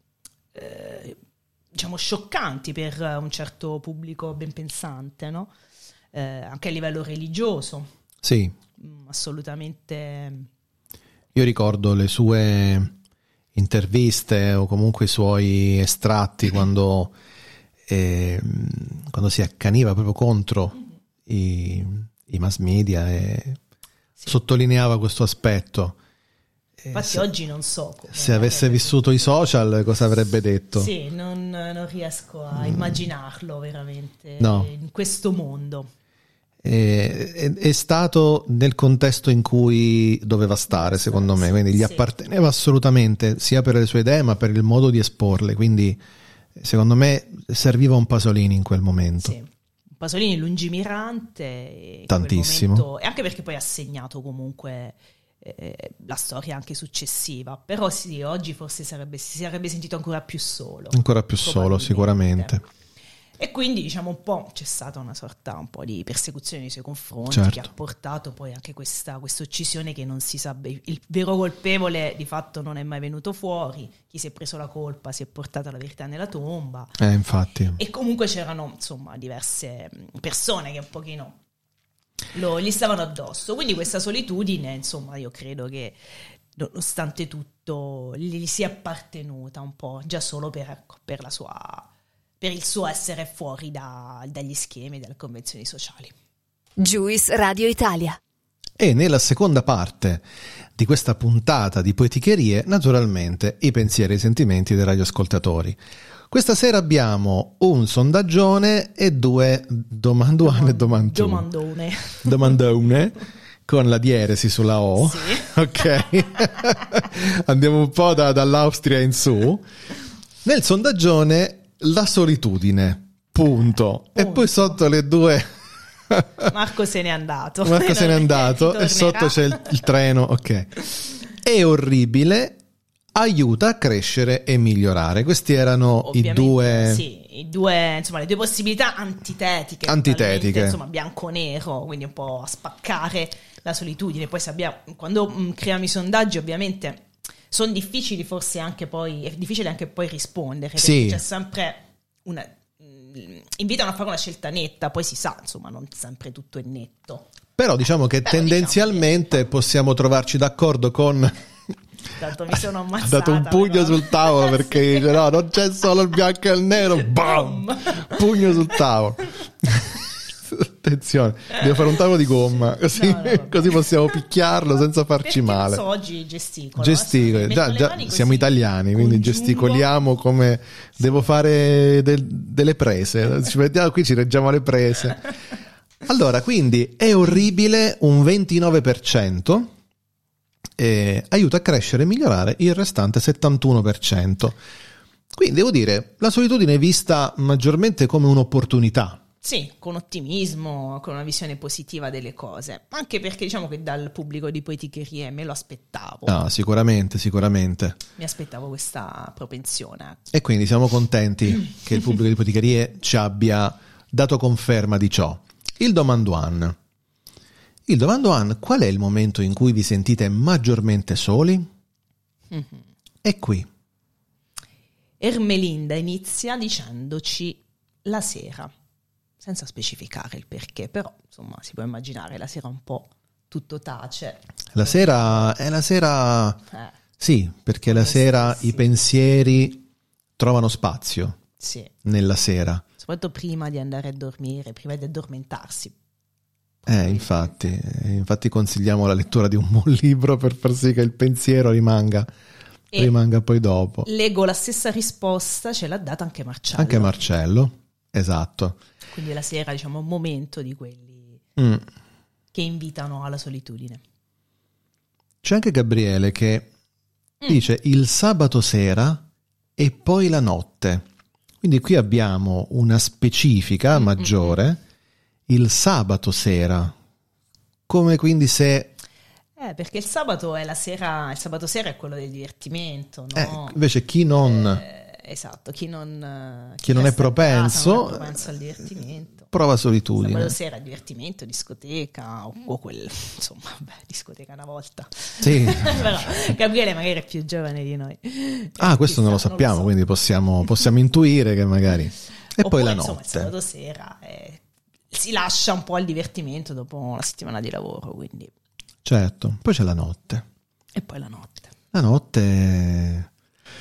eh, diciamo scioccanti per un certo pubblico ben pensante, no? Eh, anche a livello religioso. Sì. Mm, assolutamente. Io ricordo le sue interviste o comunque i suoi estratti quando, eh, quando si accaniva proprio contro i, i mass media e Sì. sottolineava questo aspetto. Eh, Infatti se, oggi non so come se avesse avrebbe vissuto i social cosa avrebbe detto. Sì, non, non riesco a immaginarlo veramente No. in questo mondo. Eh, È, è stato nel contesto in cui doveva stare, secondo me, quindi gli Sì. apparteneva assolutamente, sia per le sue idee ma per il modo di esporle, quindi secondo me serviva un Pasolini in quel momento. Sì. Pasolini lungimirante e in Tantissimo. quel momento- e anche perché poi ha segnato comunque eh, la storia anche successiva, però sì, oggi forse sarebbe, si sarebbe sentito ancora più solo, Ancora più solo, probabilmente. sicuramente. E quindi diciamo un po' c'è stata una sorta un po' di persecuzione nei suoi confronti, Certo. che ha portato poi anche questa questa uccisione che non si sa, be- il vero colpevole di fatto non è mai venuto fuori, chi si è preso la colpa si è portata la verità nella tomba, Eh, infatti. e comunque c'erano insomma diverse mh, persone che un pochino lo, gli stavano addosso, quindi questa solitudine insomma io credo che nonostante tutto gli sia appartenuta un po', già solo per, ecco, per la sua per il suo essere fuori da- dagli schemi, dalle convenzioni sociali. Juice Radio Italia. E nella seconda parte di questa puntata di Poeticherie, naturalmente, i pensieri e i sentimenti dei radioascoltatori. Questa sera abbiamo un sondaggione e due domanduane e domandone. Domandone. Domandone con la dieresi sulla O. Sì. Ok. Andiamo un po' da- dall'Austria in su. Nel sondaggione la solitudine, punto. E Punto. poi sotto le due Marco se n'è andato. Marco se n'è andato e Ritornerà. sotto c'è il, il treno, ok. È orribile, aiuta a crescere e migliorare. Questi erano Ovviamente, i due. sì, i due, insomma, le due possibilità antitetiche. Antitetiche. totalmente, insomma, bianco-nero, quindi un po' a spaccare la solitudine. Poi se abbiamo, quando mh, creiamo i sondaggi, ovviamente sono difficili, forse anche poi, è difficile anche poi rispondere, perché Sì. c'è sempre una, mh, invitano a fare una scelta netta, poi si sa, insomma, non sempre tutto è netto. Però diciamo che Però tendenzialmente possiamo trovarci d'accordo con. Tanto mi sono Ha ammazzata. dato un pugno però. sul tavolo perché Sì. dice no, non c'è solo il bianco e il nero, bam! Boom. Pugno sul tavolo. Attenzione, devo fare un tavolo di gomma, così, No, no, vabbè. così possiamo picchiarlo senza farci Perché male. non so, oggi gesticolo. Gesticoli, Metto già, le già mani così, siamo italiani, quindi congiungo. gesticoliamo come devo fare del- delle prese. Ci mettiamo qui, ci reggiamo le prese. Allora, quindi è orribile un ventinove per cento, e aiuta a crescere e migliorare il restante settantuno per cento. Quindi devo dire, la solitudine è vista maggiormente come un'opportunità. Sì, con ottimismo, con una visione positiva delle cose. Anche perché diciamo che dal pubblico di Poeticherie me lo aspettavo. Ah, sicuramente, sicuramente. Mi aspettavo questa propensione. E quindi siamo contenti che il pubblico di Poeticherie ci abbia dato conferma di ciò. Il domanduan. Il domanduan, qual è il momento in cui vi sentite maggiormente soli? Mhm. È qui. Ermelinda inizia dicendoci la sera, senza specificare il perché, però insomma si può immaginare la sera un po' tutto tace. La sera è la sera. Eh, Sì, perché la Come sera stessi. i pensieri trovano spazio sì, nella sera. soprattutto prima di andare a dormire, prima di addormentarsi. Eh, infatti, eh, infatti consigliamo la lettura di un buon libro per far sì che il pensiero rimanga, E rimanga poi dopo. leggo la stessa risposta, ce l'ha data anche Marcello. Anche Marcello, esatto. Quindi la sera, diciamo, è un momento di quelli Mm. che invitano alla solitudine. C'è anche Gabriele che Mm. dice il sabato sera e poi la notte. Quindi qui abbiamo una specifica Mm, maggiore. il sabato sera, come quindi se... Eh, perché il sabato è la sera, il sabato sera è quello del divertimento, no? Eh, invece chi non... Eh, esatto, chi non... Chi non è propenso, non è propenso al divertimento. Prova solitudine. Sabato sera divertimento, discoteca, o, o quel... insomma, beh, discoteca una volta. Sì. Però Gabriele magari è più giovane di noi. Ah, questo Chissà, non lo sappiamo, non lo so. quindi possiamo, possiamo intuire che magari... E Oppure, poi la insomma, il notte. sabato sera eh, si lascia un po' al divertimento dopo la settimana di lavoro, quindi... Certo, poi c'è la notte. E poi la notte. La notte...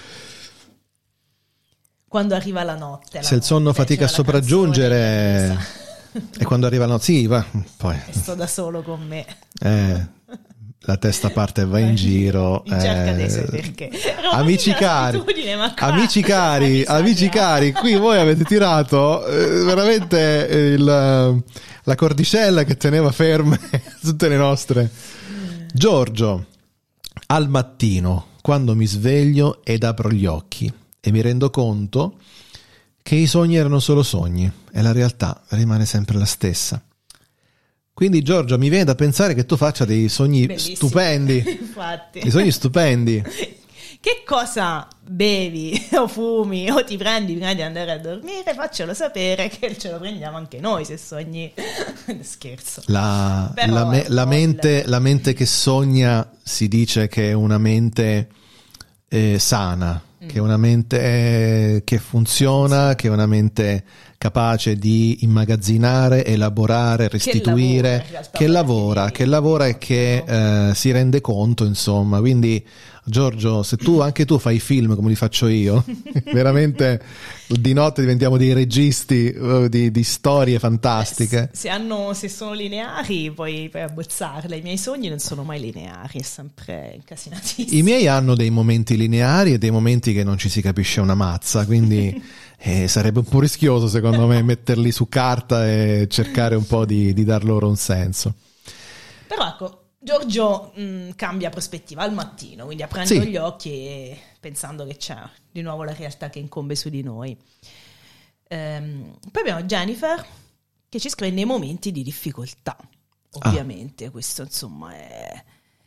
Quando arriva la notte. La Se il sonno notte, fatica a c'è la sopraggiungere... canzone E quando arriva la notte... Sì, va, poi... che sto da solo con me. Eh, la testa parte e va in giro. In cerca eh, dei suoi perché. Amici cari, amici cari, amici cari, qui voi avete tirato eh, veramente il, la cordicella che teneva ferme tutte le nostre. Giorgio, al mattino, quando mi sveglio ed apro gli occhi e mi rendo conto che i sogni erano solo sogni e la realtà rimane sempre la stessa. Quindi Giorgio, mi viene da pensare che tu faccia dei sogni Bellissimo. stupendi. Infatti. Dei sogni stupendi. Che cosa bevi o fumi o ti prendi prima di andare a dormire? Faccelo sapere che ce lo prendiamo anche noi se sogni. Scherzo. La, Però la, me- è un la po' mente, il- la mente che sogna si dice che è una mente eh, sana, che è una mente eh, che funziona, che è una mente capace di immagazzinare, elaborare, restituire, che lavora, che lavora e che eh, si rende conto, insomma. Quindi Giorgio, se tu anche tu fai film come li faccio io, veramente di notte diventiamo dei registi eh, di, di storie fantastiche. Se, hanno, se sono lineari puoi, puoi abbozzarle. I miei sogni non sono mai lineari, è sempre incasinatissimo. I miei hanno dei momenti lineari e dei momenti che non ci si capisce una mazza, quindi eh, sarebbe un po' rischioso secondo me metterli su carta e cercare un po' di, di dar loro un senso. Però ecco, Giorgio mh, cambia prospettiva al mattino, quindi aprendo Sì. gli occhi e pensando che c'è di nuovo la realtà che incombe su di noi. Ehm, poi abbiamo Jennifer che ci scrive nei momenti di difficoltà, ovviamente. Ah. Questo insomma è...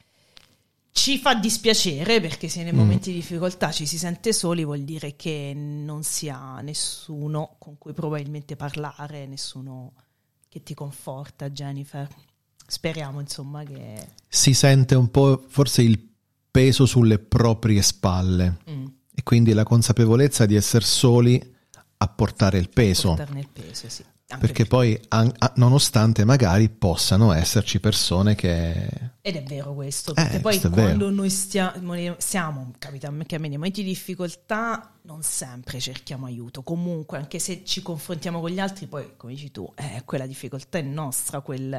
ci fa dispiacere perché se nei Mm. momenti di difficoltà ci si sente soli vuol dire che non si ha nessuno con cui probabilmente parlare, nessuno che ti conforta, Jennifer. Speriamo insomma che... Si sente un po' forse il peso sulle proprie spalle Mm. e quindi la consapevolezza di essere soli a portare il peso. Portarne il peso, sì. Anche Perché poi, an- a- nonostante magari possano esserci persone che... Ed è vero questo, perché Eh, poi questo è quando vero. noi stia- siamo, capita a me che a me nei momenti di difficoltà non sempre cerchiamo aiuto, comunque anche se ci confrontiamo con gli altri, poi come dici tu, eh, quella difficoltà è nostra, quel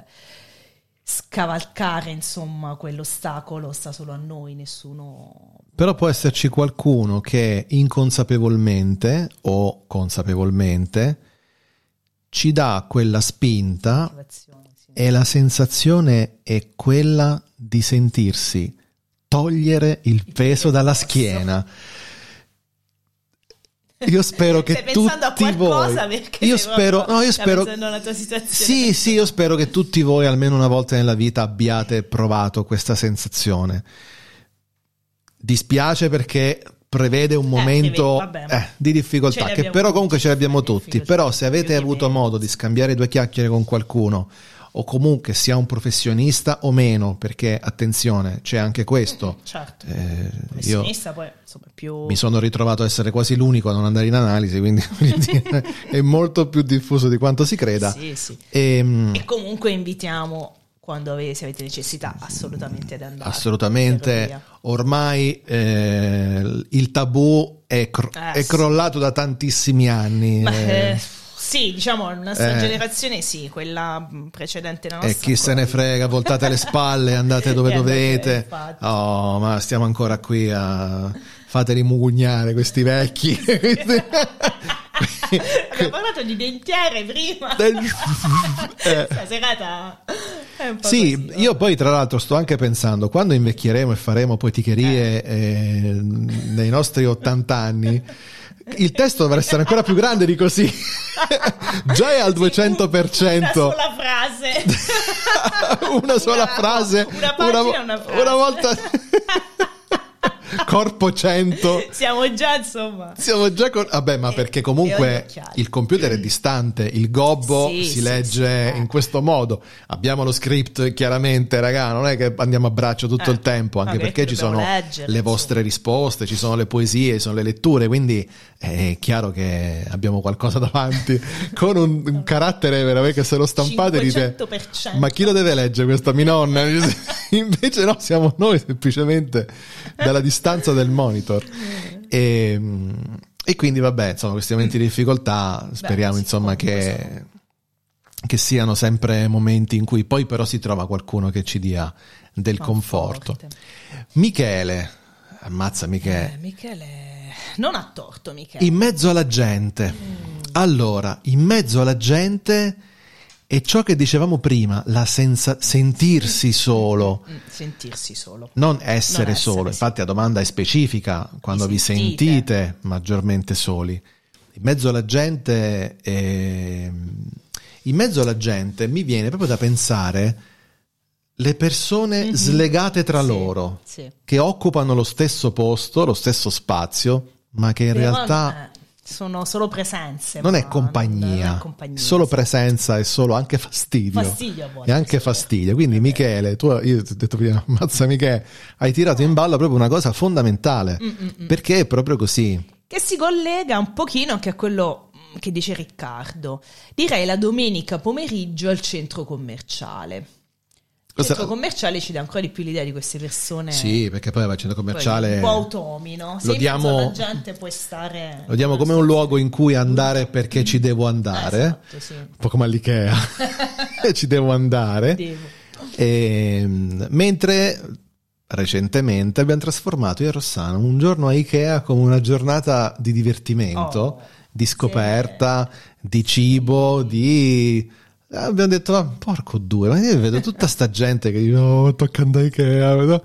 scavalcare insomma quell'ostacolo sta solo a noi, nessuno... Però può esserci qualcuno che inconsapevolmente o consapevolmente ci dà quella spinta motivazione, sì. e la sensazione è quella di sentirsi togliere il peso dalla schiena. Io spero che Stai pensando a tutti qualcosa voi perché io sei spero proprio- no io stai spero pensando alla tua situazione. sì sì io spero che tutti voi almeno una volta nella vita abbiate provato questa sensazione. Dispiace perché prevede un momento prevede, vabbè, eh, di ce difficoltà li che abbiamo però tutti, comunque ce li abbiamo di tutti. difficoltà, Però se avete più di avuto meno. modo di scambiare due chiacchiere con qualcuno o comunque sia un professionista o meno, perché attenzione c'è anche questo, Certo. eh, io Professionista poi insomma più... mi sono ritrovato a essere quasi l'unico a non andare in analisi, quindi voglio dire, è molto più diffuso di quanto si creda. Sì, sì. E, E comunque invitiamo, quando avete, se avete necessità, assolutamente ad andare. assolutamente, Ferrovia. ormai eh, il tabù è, cro- Eh, è sì. crollato da tantissimi anni. Ma, eh, eh, sì, diciamo, la nostra eh. generazione sì, quella mh, precedente la nostra. E chi se ne frega, voltate le spalle, andate dove E andate, dovete. infatti. Oh, ma stiamo ancora qui a fateli mugugnare questi vecchi. Abbiamo parlato di dentiere prima. Eh. La serata è un po' Sì, così, io poi tra l'altro sto anche pensando, quando invecchieremo e faremo poeticherie eh, nei nostri ottanta anni, Il testo dovrà essere ancora più grande di così. Già è al duecento per cento. Una sola frase. Una sola una, frase. Una pagina, una, una frase. Una volta... Corpo cento. Siamo già, insomma. Siamo già con... Vabbè, ma perché comunque il computer è distante, il gobbo sì, si sì, legge sì. in questo modo. Abbiamo lo script, chiaramente, raga, non è che andiamo a braccio tutto eh, il tempo, anche perché ci sono leggere, le vostre insomma. risposte, ci sono le poesie, ci sono le letture, quindi è chiaro che abbiamo qualcosa davanti con un, un carattere veramente che se lo stampate dite cinquecento per cento. ma chi lo deve leggere questa minonna? Invece no, siamo noi semplicemente dalla distanza del monitor. E, e quindi vabbè, insomma, questi momenti di difficoltà speriamo Beh, insomma che, che siano sempre momenti in cui poi però si trova qualcuno che ci dia del conforto. Conforte. Michele, ammazza Michele. Eh, Michele, non ha torto Michele. In mezzo alla gente. Mm. Allora, in mezzo alla gente è ciò che dicevamo prima, la senza sentirsi solo. Sentirsi solo. Non essere non solo. Essere, Infatti la domanda è specifica, quando vi sentite. vi sentite maggiormente soli. In mezzo alla gente è... in mezzo alla gente mi viene proprio da pensare le persone mm-hmm. slegate tra sì, loro, sì. che occupano lo stesso posto, lo stesso spazio, ma che in Però, realtà... Eh. Sono solo presenze. Non è compagnia, non è compagnia solo sì. presenza e solo anche fastidio. Fastidio a volte. E anche fastidio. Quindi, Michele, tu, io ti ho detto prima, ammazza Michele, hai tirato in ballo proprio una cosa fondamentale. Mm-mm. Perché è proprio così. Che si collega un pochino anche a quello che dice Riccardo. Direi la domenica pomeriggio al centro commerciale. Il centro commerciale ci dà ancora di più l'idea di queste persone. Sì, perché poi il centro commerciale un po' automi, no? Lo diamo, la gente può stare. Lo diamo come un luogo in cui andare perché ci devo andare, esatto, sì. un po' come all'Ikea, ci devo andare. Devo. E, mentre recentemente abbiamo trasformato io e Rossano un giorno a Ikea come una giornata di divertimento, oh, di scoperta, sì. di cibo, di... Abbiamo detto, ah, porco due, ma io vedo tutta sta gente che io oh, tocca andare a Ikea.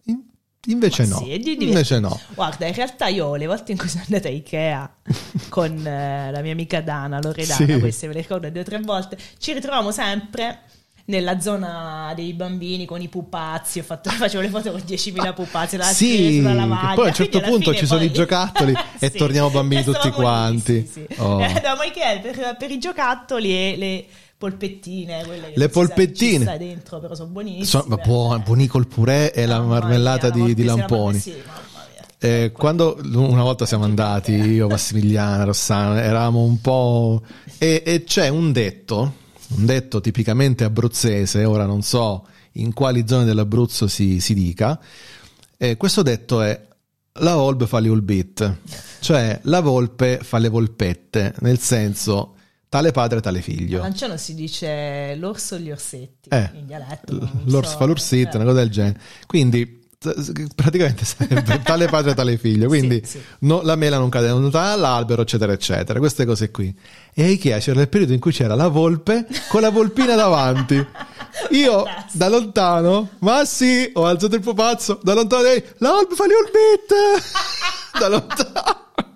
Invece ma no, sì, invece no. Guarda, in realtà io le volte in cui sono andata a Ikea con eh, la mia amica Dana, Loredana, sì. queste me le ricordo due o tre volte, ci ritrovavamo sempre nella zona dei bambini con i pupazzi. Ho fatto, facevo le foto con diecimila pupazzi, la sì, la lavaglia. Poi a un certo punto ci sono poi... i giocattoli e sì, torniamo bambini tutti quanti. Sì, sì. Oh. Eh, no, ma Ikea per, per i giocattoli e le polpettine, quelle che le polpettine sta dentro, però sono buonissime. Sono buoni, buoni col purè e la marmellata mia, di, di lamponi. Sì, eh, quando una volta siamo andati, io, Massimiliano, Rossano, eravamo un po'... E, e c'è un detto, un detto tipicamente abruzzese, ora non so in quali zone dell'Abruzzo si, si dica, eh, questo detto è la volpe fa le olbit, cioè la volpe fa le volpette, nel senso... Tale padre, tale figlio. A Lanciano si dice l'orso e gli orsetti, eh, in dialetto. L'orso so, fa l'orsetto, eh. una cosa del genere. Quindi, praticamente sarebbe tale padre, tale figlio. Quindi, sì, sì. No, la mela non cade dall'albero, eccetera, eccetera. Queste cose qui. E a Ikea c'era il periodo in cui c'era la volpe con la volpina davanti. Io, da lontano, ma sì, ho alzato il pupazzo, da lontano, lei, la volpe fa le olbette! Da lontano.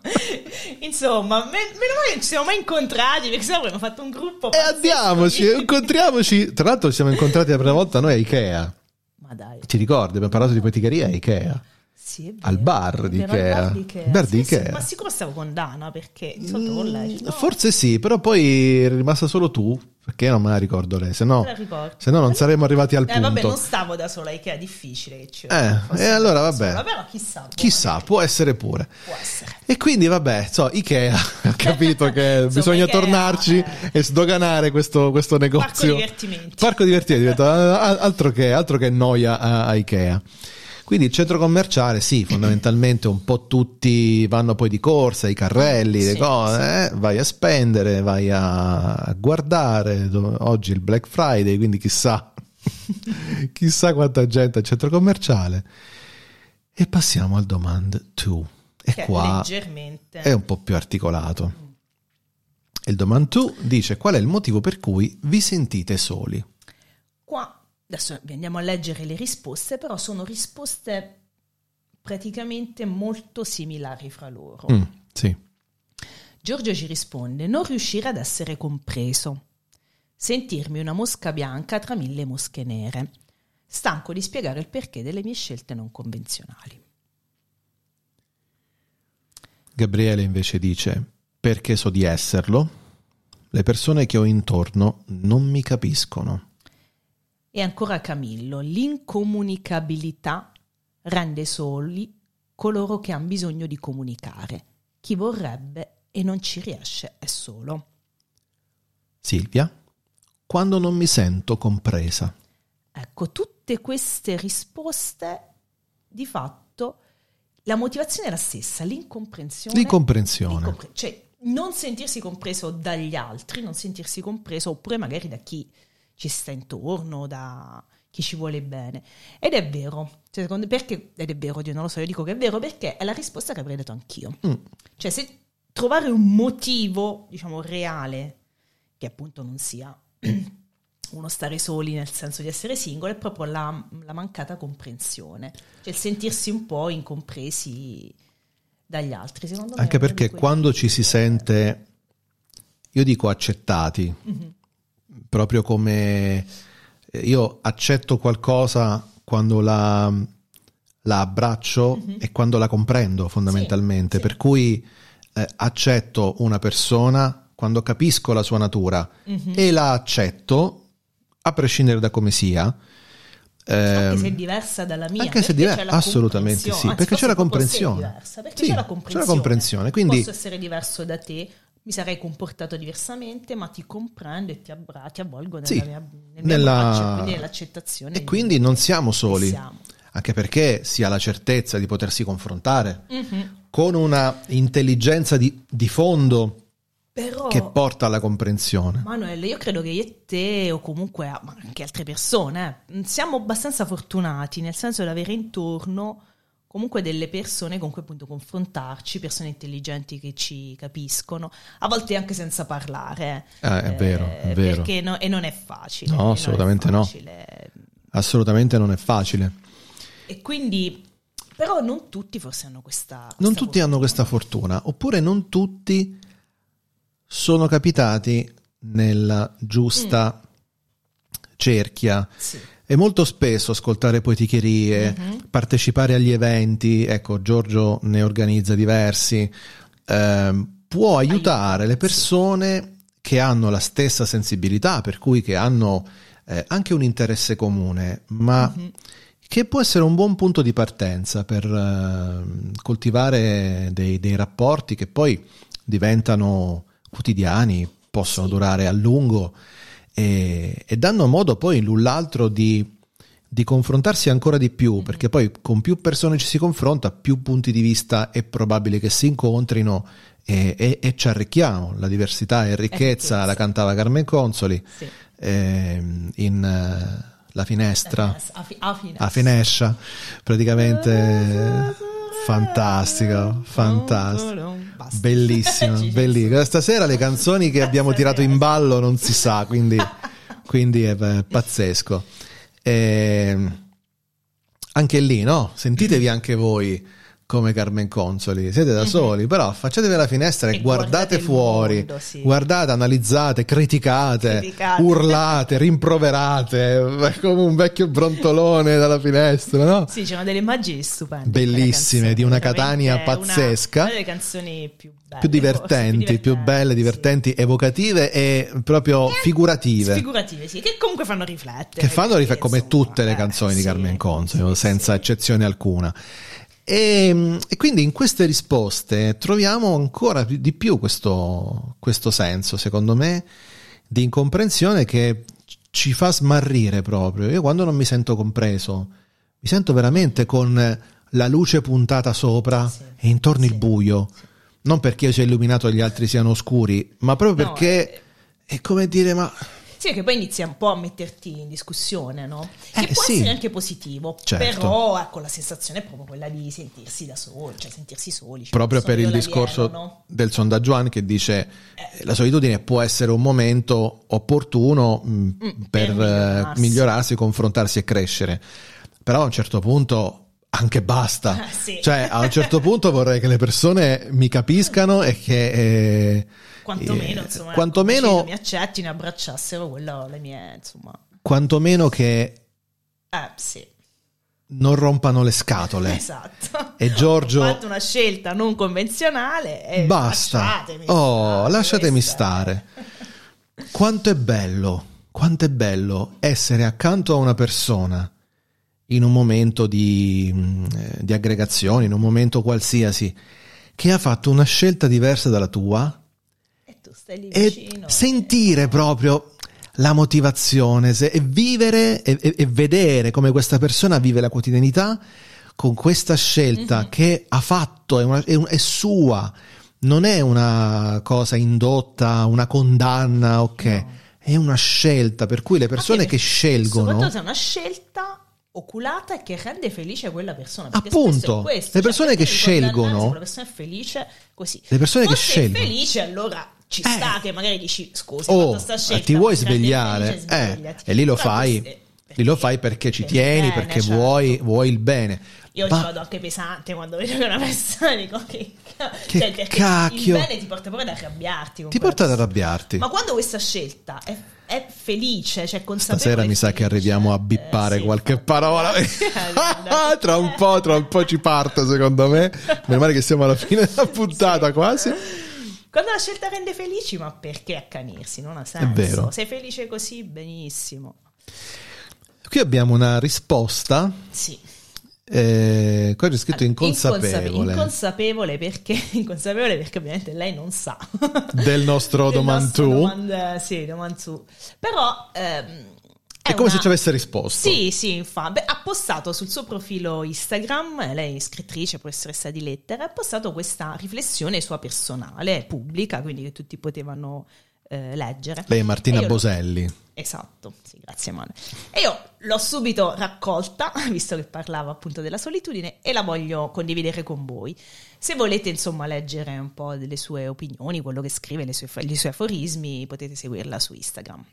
Insomma, meno male che non ci siamo mai incontrati, perché sennò avremmo fatto un gruppo e andiamoci, incontriamoci. Tra l'altro ci siamo incontrati la prima volta noi a Ikea. Ma dai, ti ricordi? Abbiamo parlato di poeticheria a Ikea. Sì, è vero. Al bar di Ikea, bar di Ikea. Bar di sì, Ikea. Sì, ma sicuro stavo con Dana, perché di solito con lei no? Forse sì, però poi è rimasta solo tu, perché non me la ricordo lei, se no, se no non saremmo arrivati al eh, punto. Vabbè, non stavo da sola a Ikea, è difficile che ci eh, e allora vabbè, sola, però chissà, chissà può essere pure, può essere. E quindi vabbè, so, Ikea ha capito che Insomma, bisogna Ikea, tornarci eh. e sdoganare questo, questo negozio. Parco divertimenti. Parco divertimenti, altro che, altro che noia a, a Ikea. Quindi il centro commerciale, sì, fondamentalmente un po' tutti vanno poi di corsa, i carrelli, sì, le cose, sì. eh? Vai a spendere, vai a guardare, oggi è il Black Friday, quindi chissà, chissà quanta gente al centro commerciale. E passiamo al demand to, e che qua leggermente è un po' più articolato. Il demand to dice qual è il motivo per cui vi sentite soli. Qua adesso andiamo a leggere le risposte, però sono risposte praticamente molto similari fra loro. Mm, sì. Giorgio ci risponde: non riuscire ad essere compreso, sentirmi una mosca bianca tra mille mosche nere, stanco di spiegare il perché delle mie scelte non convenzionali. Gabriele invece dice: perché so di esserlo, le persone che ho intorno non mi capiscono. E ancora Camillo: l'incomunicabilità rende soli coloro che hanno bisogno di comunicare. Chi vorrebbe e non ci riesce è solo. Silvia: quando non mi sento compresa. Ecco, tutte queste risposte, di fatto, la motivazione è la stessa, l'incomprensione. L'incomprensione. l'incompre- cioè, non sentirsi compreso dagli altri, non sentirsi compreso oppure magari da chi ci sta intorno, da chi ci vuole bene. Ed è vero, cioè, secondo, perché, ed è vero, io non lo so, io dico che è vero perché è la risposta che avrei dato anch'io. Mm. Cioè, se trovare un motivo, diciamo, reale, che appunto non sia uno stare soli nel senso di essere singolo, è proprio la, la mancata comprensione, cioè il sentirsi un po' incompresi dagli altri, secondo me. Anche perché quando ci si sente, io dico accettati, mm-hmm. proprio come io accetto qualcosa quando la, la abbraccio mm-hmm. e quando la comprendo fondamentalmente, sì, per sì. cui eh, accetto una persona quando capisco la sua natura mm-hmm. e la accetto a prescindere da come sia, anche se è diversa dalla mia, anche se è diversa, assolutamente sì, anzi, perché c'è la comprensione, diversa, perché sì, c'è la comprensione, c'è la comprensione, quindi posso essere diverso da te, mi sarei comportato diversamente, ma ti comprendo e ti, abbra- ti avvolgo nella sì, mia, nel nella... mio braccio, quindi nell'accettazione. E quindi non siamo soli, siamo. Anche perché si ha la certezza di potersi confrontare mm-hmm. con una intelligenza di, di fondo. Però, che porta alla comprensione. Manuel, io credo che io e te, o comunque ma anche altre persone, eh, siamo abbastanza fortunati, nel senso di avere intorno comunque delle persone con cui appunto confrontarci, persone intelligenti che ci capiscono, a volte anche senza parlare. Eh, è vero, è vero. Perché no, e non è facile. No, assolutamente no. Assolutamente non è facile. E quindi, però non tutti forse hanno questa, questa Non tutti fortuna. hanno questa fortuna, oppure non tutti sono capitati nella giusta mm. cerchia. Sì. E molto spesso ascoltare poeticherie, mm-hmm. partecipare agli eventi, ecco, Giorgio ne organizza diversi, eh, può aiutare le persone sì. che hanno la stessa sensibilità, per cui che hanno eh, anche un interesse comune, ma mm-hmm. che può essere un buon punto di partenza per eh, coltivare dei, dei rapporti che poi diventano quotidiani, possono sì. durare a lungo e, e danno modo poi l'un l'altro di, di confrontarsi ancora di più, mm-hmm. perché poi con più persone ci si confronta, più punti di vista è probabile che si incontrino e, e, e ci arricchiamo. La diversità è ricchezza, è ricchezza. La cantava Carmen Consoli sì. eh, in uh, La Finestra, a, fi- a, finestra. a Finescia, praticamente fantastico, fantastico. Bellissimo, bellissimo. Stasera le canzoni che abbiamo tirato in ballo non si sa, quindi, quindi è, è pazzesco. E anche lì, no? Sentitevi anche voi come Carmen Consoli, siete da mm-hmm. soli, però facciatevi la finestra e, e guardate, guardate fuori, mondo, sì. guardate, analizzate, criticate, criticate, urlate, rimproverate, come un vecchio brontolone dalla finestra, no? Sì, c'erano delle immagini stupende, bellissime, canzone, di una Catania pazzesca, una delle canzoni più belle, più divertenti, forse, più, più belle, divertenti, sì. evocative e proprio eh, figurative. Figurative, sì, che comunque fanno riflettere. Che fanno riflettere, come insomma, tutte le canzoni eh, di Carmen sì, Consoli, sì, senza sì. eccezione alcuna. E, e quindi in queste risposte troviamo ancora di più questo, questo senso, secondo me, di incomprensione che ci fa smarrire proprio. Io quando non mi sento compreso, mi sento veramente con la luce puntata sopra sì, e intorno sì, il buio. Sì. Non perché io sia illuminato e gli altri siano oscuri, ma proprio perché no, è... è come dire, ma... Sì, che poi inizia un po' a metterti in discussione, no? Che eh, può sì. essere anche positivo, certo. però ecco, la sensazione è proprio quella di sentirsi da soli, cioè sentirsi soli. Cioè proprio per il discorso alieno, no? del sondaggio Juan che dice eh. la solitudine può essere un momento opportuno mh, mm, per, per migliorarsi. migliorarsi, confrontarsi e crescere, però a un certo punto anche basta. Ah, sì. Cioè, a un certo punto vorrei che le persone mi capiscano e che eh, quantomeno eh, insomma quantomeno mi accettino e abbracciassero quello le mie insomma quantomeno che eh sì non rompano le scatole. Esatto. E Giorgio ho fatto una scelta non convenzionale e basta. lasciatemi Oh, stare, lasciatemi questa stare. Quanto è bello, quanto è bello essere accanto a una persona in un momento di, di aggregazione, in un momento qualsiasi, che ha fatto una scelta diversa dalla tua e tu stai lì e vicino sentire e... proprio la motivazione se, e vivere e, e, e vedere come questa persona vive la quotidianità con questa scelta mm-hmm. che ha fatto, è, una, è, un, è sua, non è una cosa indotta, una condanna, ok, no. È una scelta, per cui le persone che scelgono soprattutto è una scelta oculata e che rende felice quella persona, appunto questo, le persone cioè, che scelgono la persona è felice così, le persone o che sei scelgono felice allora ci eh. sta che magari dici scusa oh, sta scelta, ti vuoi svegliare felice, eh. e lì lo però fai perché, lì lo fai perché ci tieni, bene, perché certo. vuoi, vuoi il bene. Io Ma... ci vado anche pesante quando vedo che una persona dico che, che cioè, perché cacchio, il bene ti porta proprio ad arrabbiarti con ti porta ad persona. arrabbiarti, ma quando questa scelta è, è felice, cioè consapevole, stasera mi sa felice, che arriviamo a bippare eh, sì, qualche infatti. parola tra un po' tra un po' ci parte secondo me, meno male che siamo alla fine della puntata sì. quasi. Quando la scelta rende felici, ma perché accanirsi? Non ha senso. È vero. Sei felice così, benissimo. Qui abbiamo una risposta. Sì. Eh, qua c'è scritto allora, inconsapevole. Inconsapevole perché inconsapevole perché ovviamente lei non sa del nostro del domandù. Nostro domand, sì, domandù. Però ehm, è, è come una... se ci avesse risposto. Sì, sì, infatti. Ha postato sul suo profilo Instagram, lei è scrittrice, professoressa di lettere, ha postato questa riflessione sua personale, pubblica, quindi che tutti potevano eh, leggere. Lei è Martina io Boselli. Lo... Esatto, sì, grazie Mane. E io l'ho subito raccolta, visto che parlava appunto della solitudine, e la voglio condividere con voi. Se volete insomma leggere un po' delle sue opinioni, quello che scrive, le sue, gli suoi aforismi, potete seguirla su Instagram.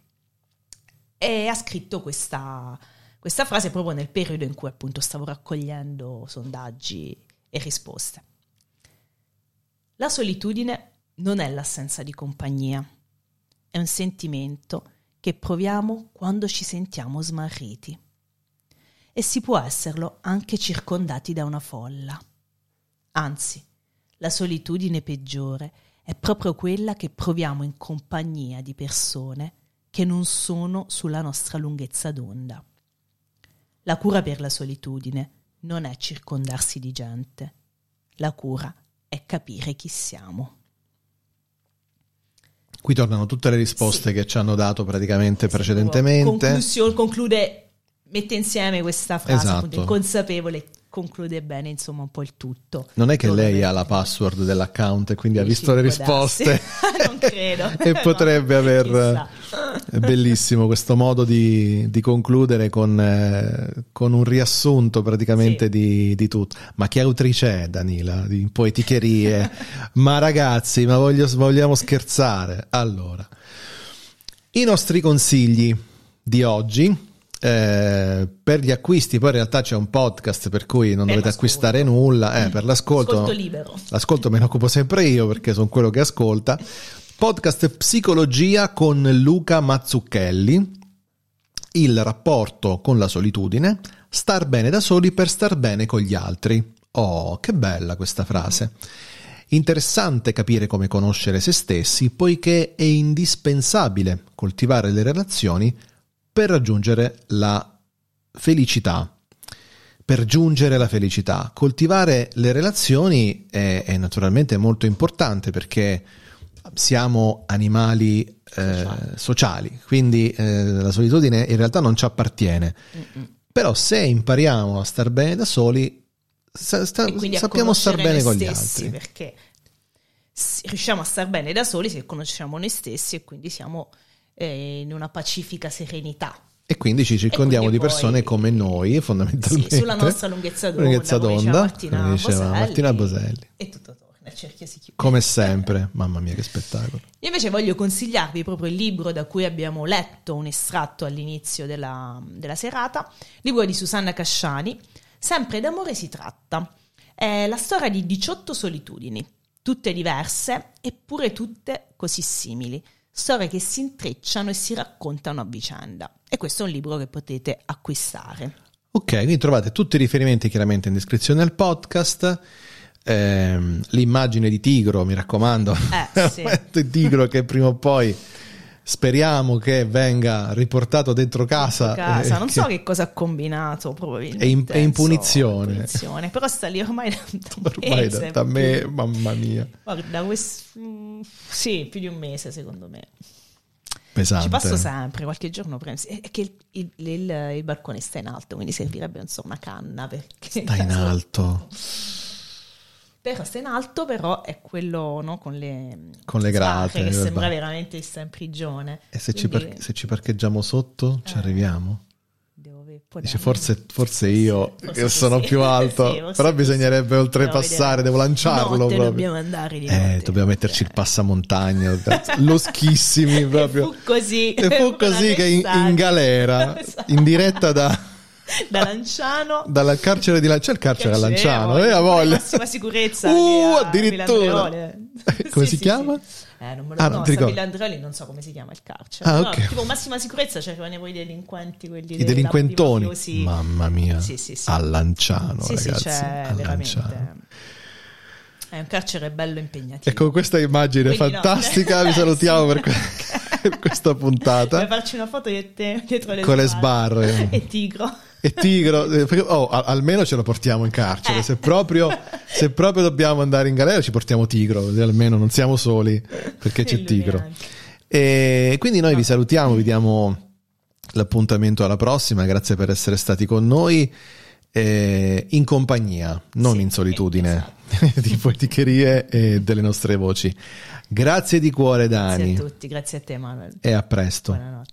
E ha scritto questa, questa frase proprio nel periodo in cui appunto stavo raccogliendo sondaggi e risposte. La solitudine non è l'assenza di compagnia, è un sentimento che proviamo quando ci sentiamo smarriti. E si può esserlo anche circondati da una folla. Anzi, la solitudine peggiore è proprio quella che proviamo in compagnia di persone che non sono sulla nostra lunghezza d'onda. La cura per la solitudine non è circondarsi di gente. La cura è capire chi siamo. Qui tornano tutte le risposte sì. che ci hanno dato praticamente sì, precedentemente. Conclusione, conclude, mette insieme questa frase, esatto. appunto, inconsapevole, conclude bene insomma un po' il tutto. Non è che Dove lei avete... ha la password dell'account e quindi ha visto le risposte non credo e potrebbe no, aver chissà. È bellissimo questo modo di, di concludere con, eh, con un riassunto praticamente sì. di, di tutto. Ma che autrice è Danila? Di poeticherie ma ragazzi, ma voglio, vogliamo scherzare? Allora, i nostri consigli di oggi. Eh, per gli acquisti poi in realtà c'è un podcast per cui non per dovete acquistare nulla eh, per l'ascolto, l'ascolto libero. L'ascolto me ne occupo sempre io perché sono quello che ascolta. Podcast Psicologia con Luca Mazzucchelli, il rapporto con la solitudine, star bene da soli per star bene con gli altri. Oh, che bella questa frase. Interessante capire come conoscere se stessi, poiché è indispensabile coltivare le relazioni per raggiungere la felicità. Per giungere alla felicità. Coltivare le relazioni è, è naturalmente molto importante perché siamo animali eh, sociali. sociali, quindi eh, la solitudine in realtà non ci appartiene. Mm-mm. Però se impariamo a star bene da soli, sta, sta, sappiamo star bene con gli altri. Perché riusciamo a star bene da soli se conosciamo noi stessi e quindi siamo in una pacifica serenità. E quindi ci circondiamo quindi di persone poi, come noi, fondamentalmente. Sì, sulla nostra lunghezza d'onda, lunghezza d'onda Martina, Boselli, Martina Boselli. E tutto torna, il cerchio si chiude. Come sempre, mamma mia che spettacolo. Io invece voglio consigliarvi proprio il libro da cui abbiamo letto un estratto all'inizio della, della serata, il libro di Susanna Casciani, Sempre d'amore si tratta. È la storia di diciotto solitudini, tutte diverse eppure tutte così simili. Storie che si intrecciano e si raccontano a vicenda. E questo è un libro che potete acquistare. Ok, quindi trovate tutti i riferimenti chiaramente in descrizione al podcast. Eh, l'immagine di Tigro, mi raccomando, Eh, sì. Tigro che prima o poi speriamo che venga riportato dentro casa. Dentro casa. eh, Non che so che cosa ha combinato, probabilmente. È in, è in insomma, punizione. punizione. Però sta lì ormai da un Ormai mese. da, da me, mamma mia. Guarda, quest... mm, sì, più di un mese secondo me. Pesante. Ci passo sempre, qualche giorno prendo. È che il, il, il, il balcone sta in alto, quindi servirebbe insomma una canna. Perché Sta in alto. Però sta in alto, però è quello, no, con le, Con le grate, che vabbè. sembra veramente di sta in prigione. E se, Quindi, ci par- se ci parcheggiamo sotto, ci Eh. arriviamo? devo vedere, può Dice, darmi. forse, forse io, Forse che sono così. più alto, Sì, forse però così. bisognerebbe oltrepassare, devo lanciarlo Notte proprio. dobbiamo andare di Eh, notte. dobbiamo metterci il passamontagna, loschissimi proprio. E fu così. E fu così che in, in galera, Esatto. in diretta da, Da Lanciano. dal carcere di Lanciano, c'è il carcere a Che Lanciano, c'è, eh, a voglia. massima sicurezza. Uh, lì a addirittura. Villa Andreoli. Come Sì, si sì, chiama? sì. Eh, non me lo Ah, no, non ti sta ricordi? Villa Andreoli non so come si chiama il carcere. Ah, Però, ok. tipo massima sicurezza c'erano i delinquenti, quelli I dei delinquentoni, mafiosi. mamma mia, Sì, sì, sì. a Lanciano, Sì, sì, ragazzi, c'è a veramente. Lanciano. È un carcere bello impegnativo. E con questa immagine Quindi no. fantastica vi salutiamo Sì. per, que- per questa puntata. Vuoi farci una foto di te dietro le Con le sbarre? sbarre. E Tigro. E Tigro, eh, perché- oh, a- almeno ce lo portiamo in carcere. Eh. Se proprio, se proprio dobbiamo andare in galera, ci portiamo Tigro, così almeno non siamo soli perché c'è E lui Tigro. neanche. E quindi noi vi salutiamo, vi diamo l'appuntamento alla prossima. Grazie per essere stati con noi. eh, in compagnia, non Sì, in solitudine, esatto. di poeticherie e delle nostre voci. Grazie di cuore, Dani, Grazie a tutti, grazie a te, Manuel. e a presto. Buonanotte.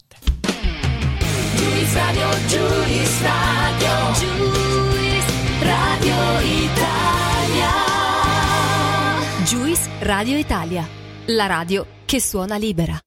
Juice Radio, Juice Radio, Juice Radio Italia. Juice Radio Italia, la radio che suona libera.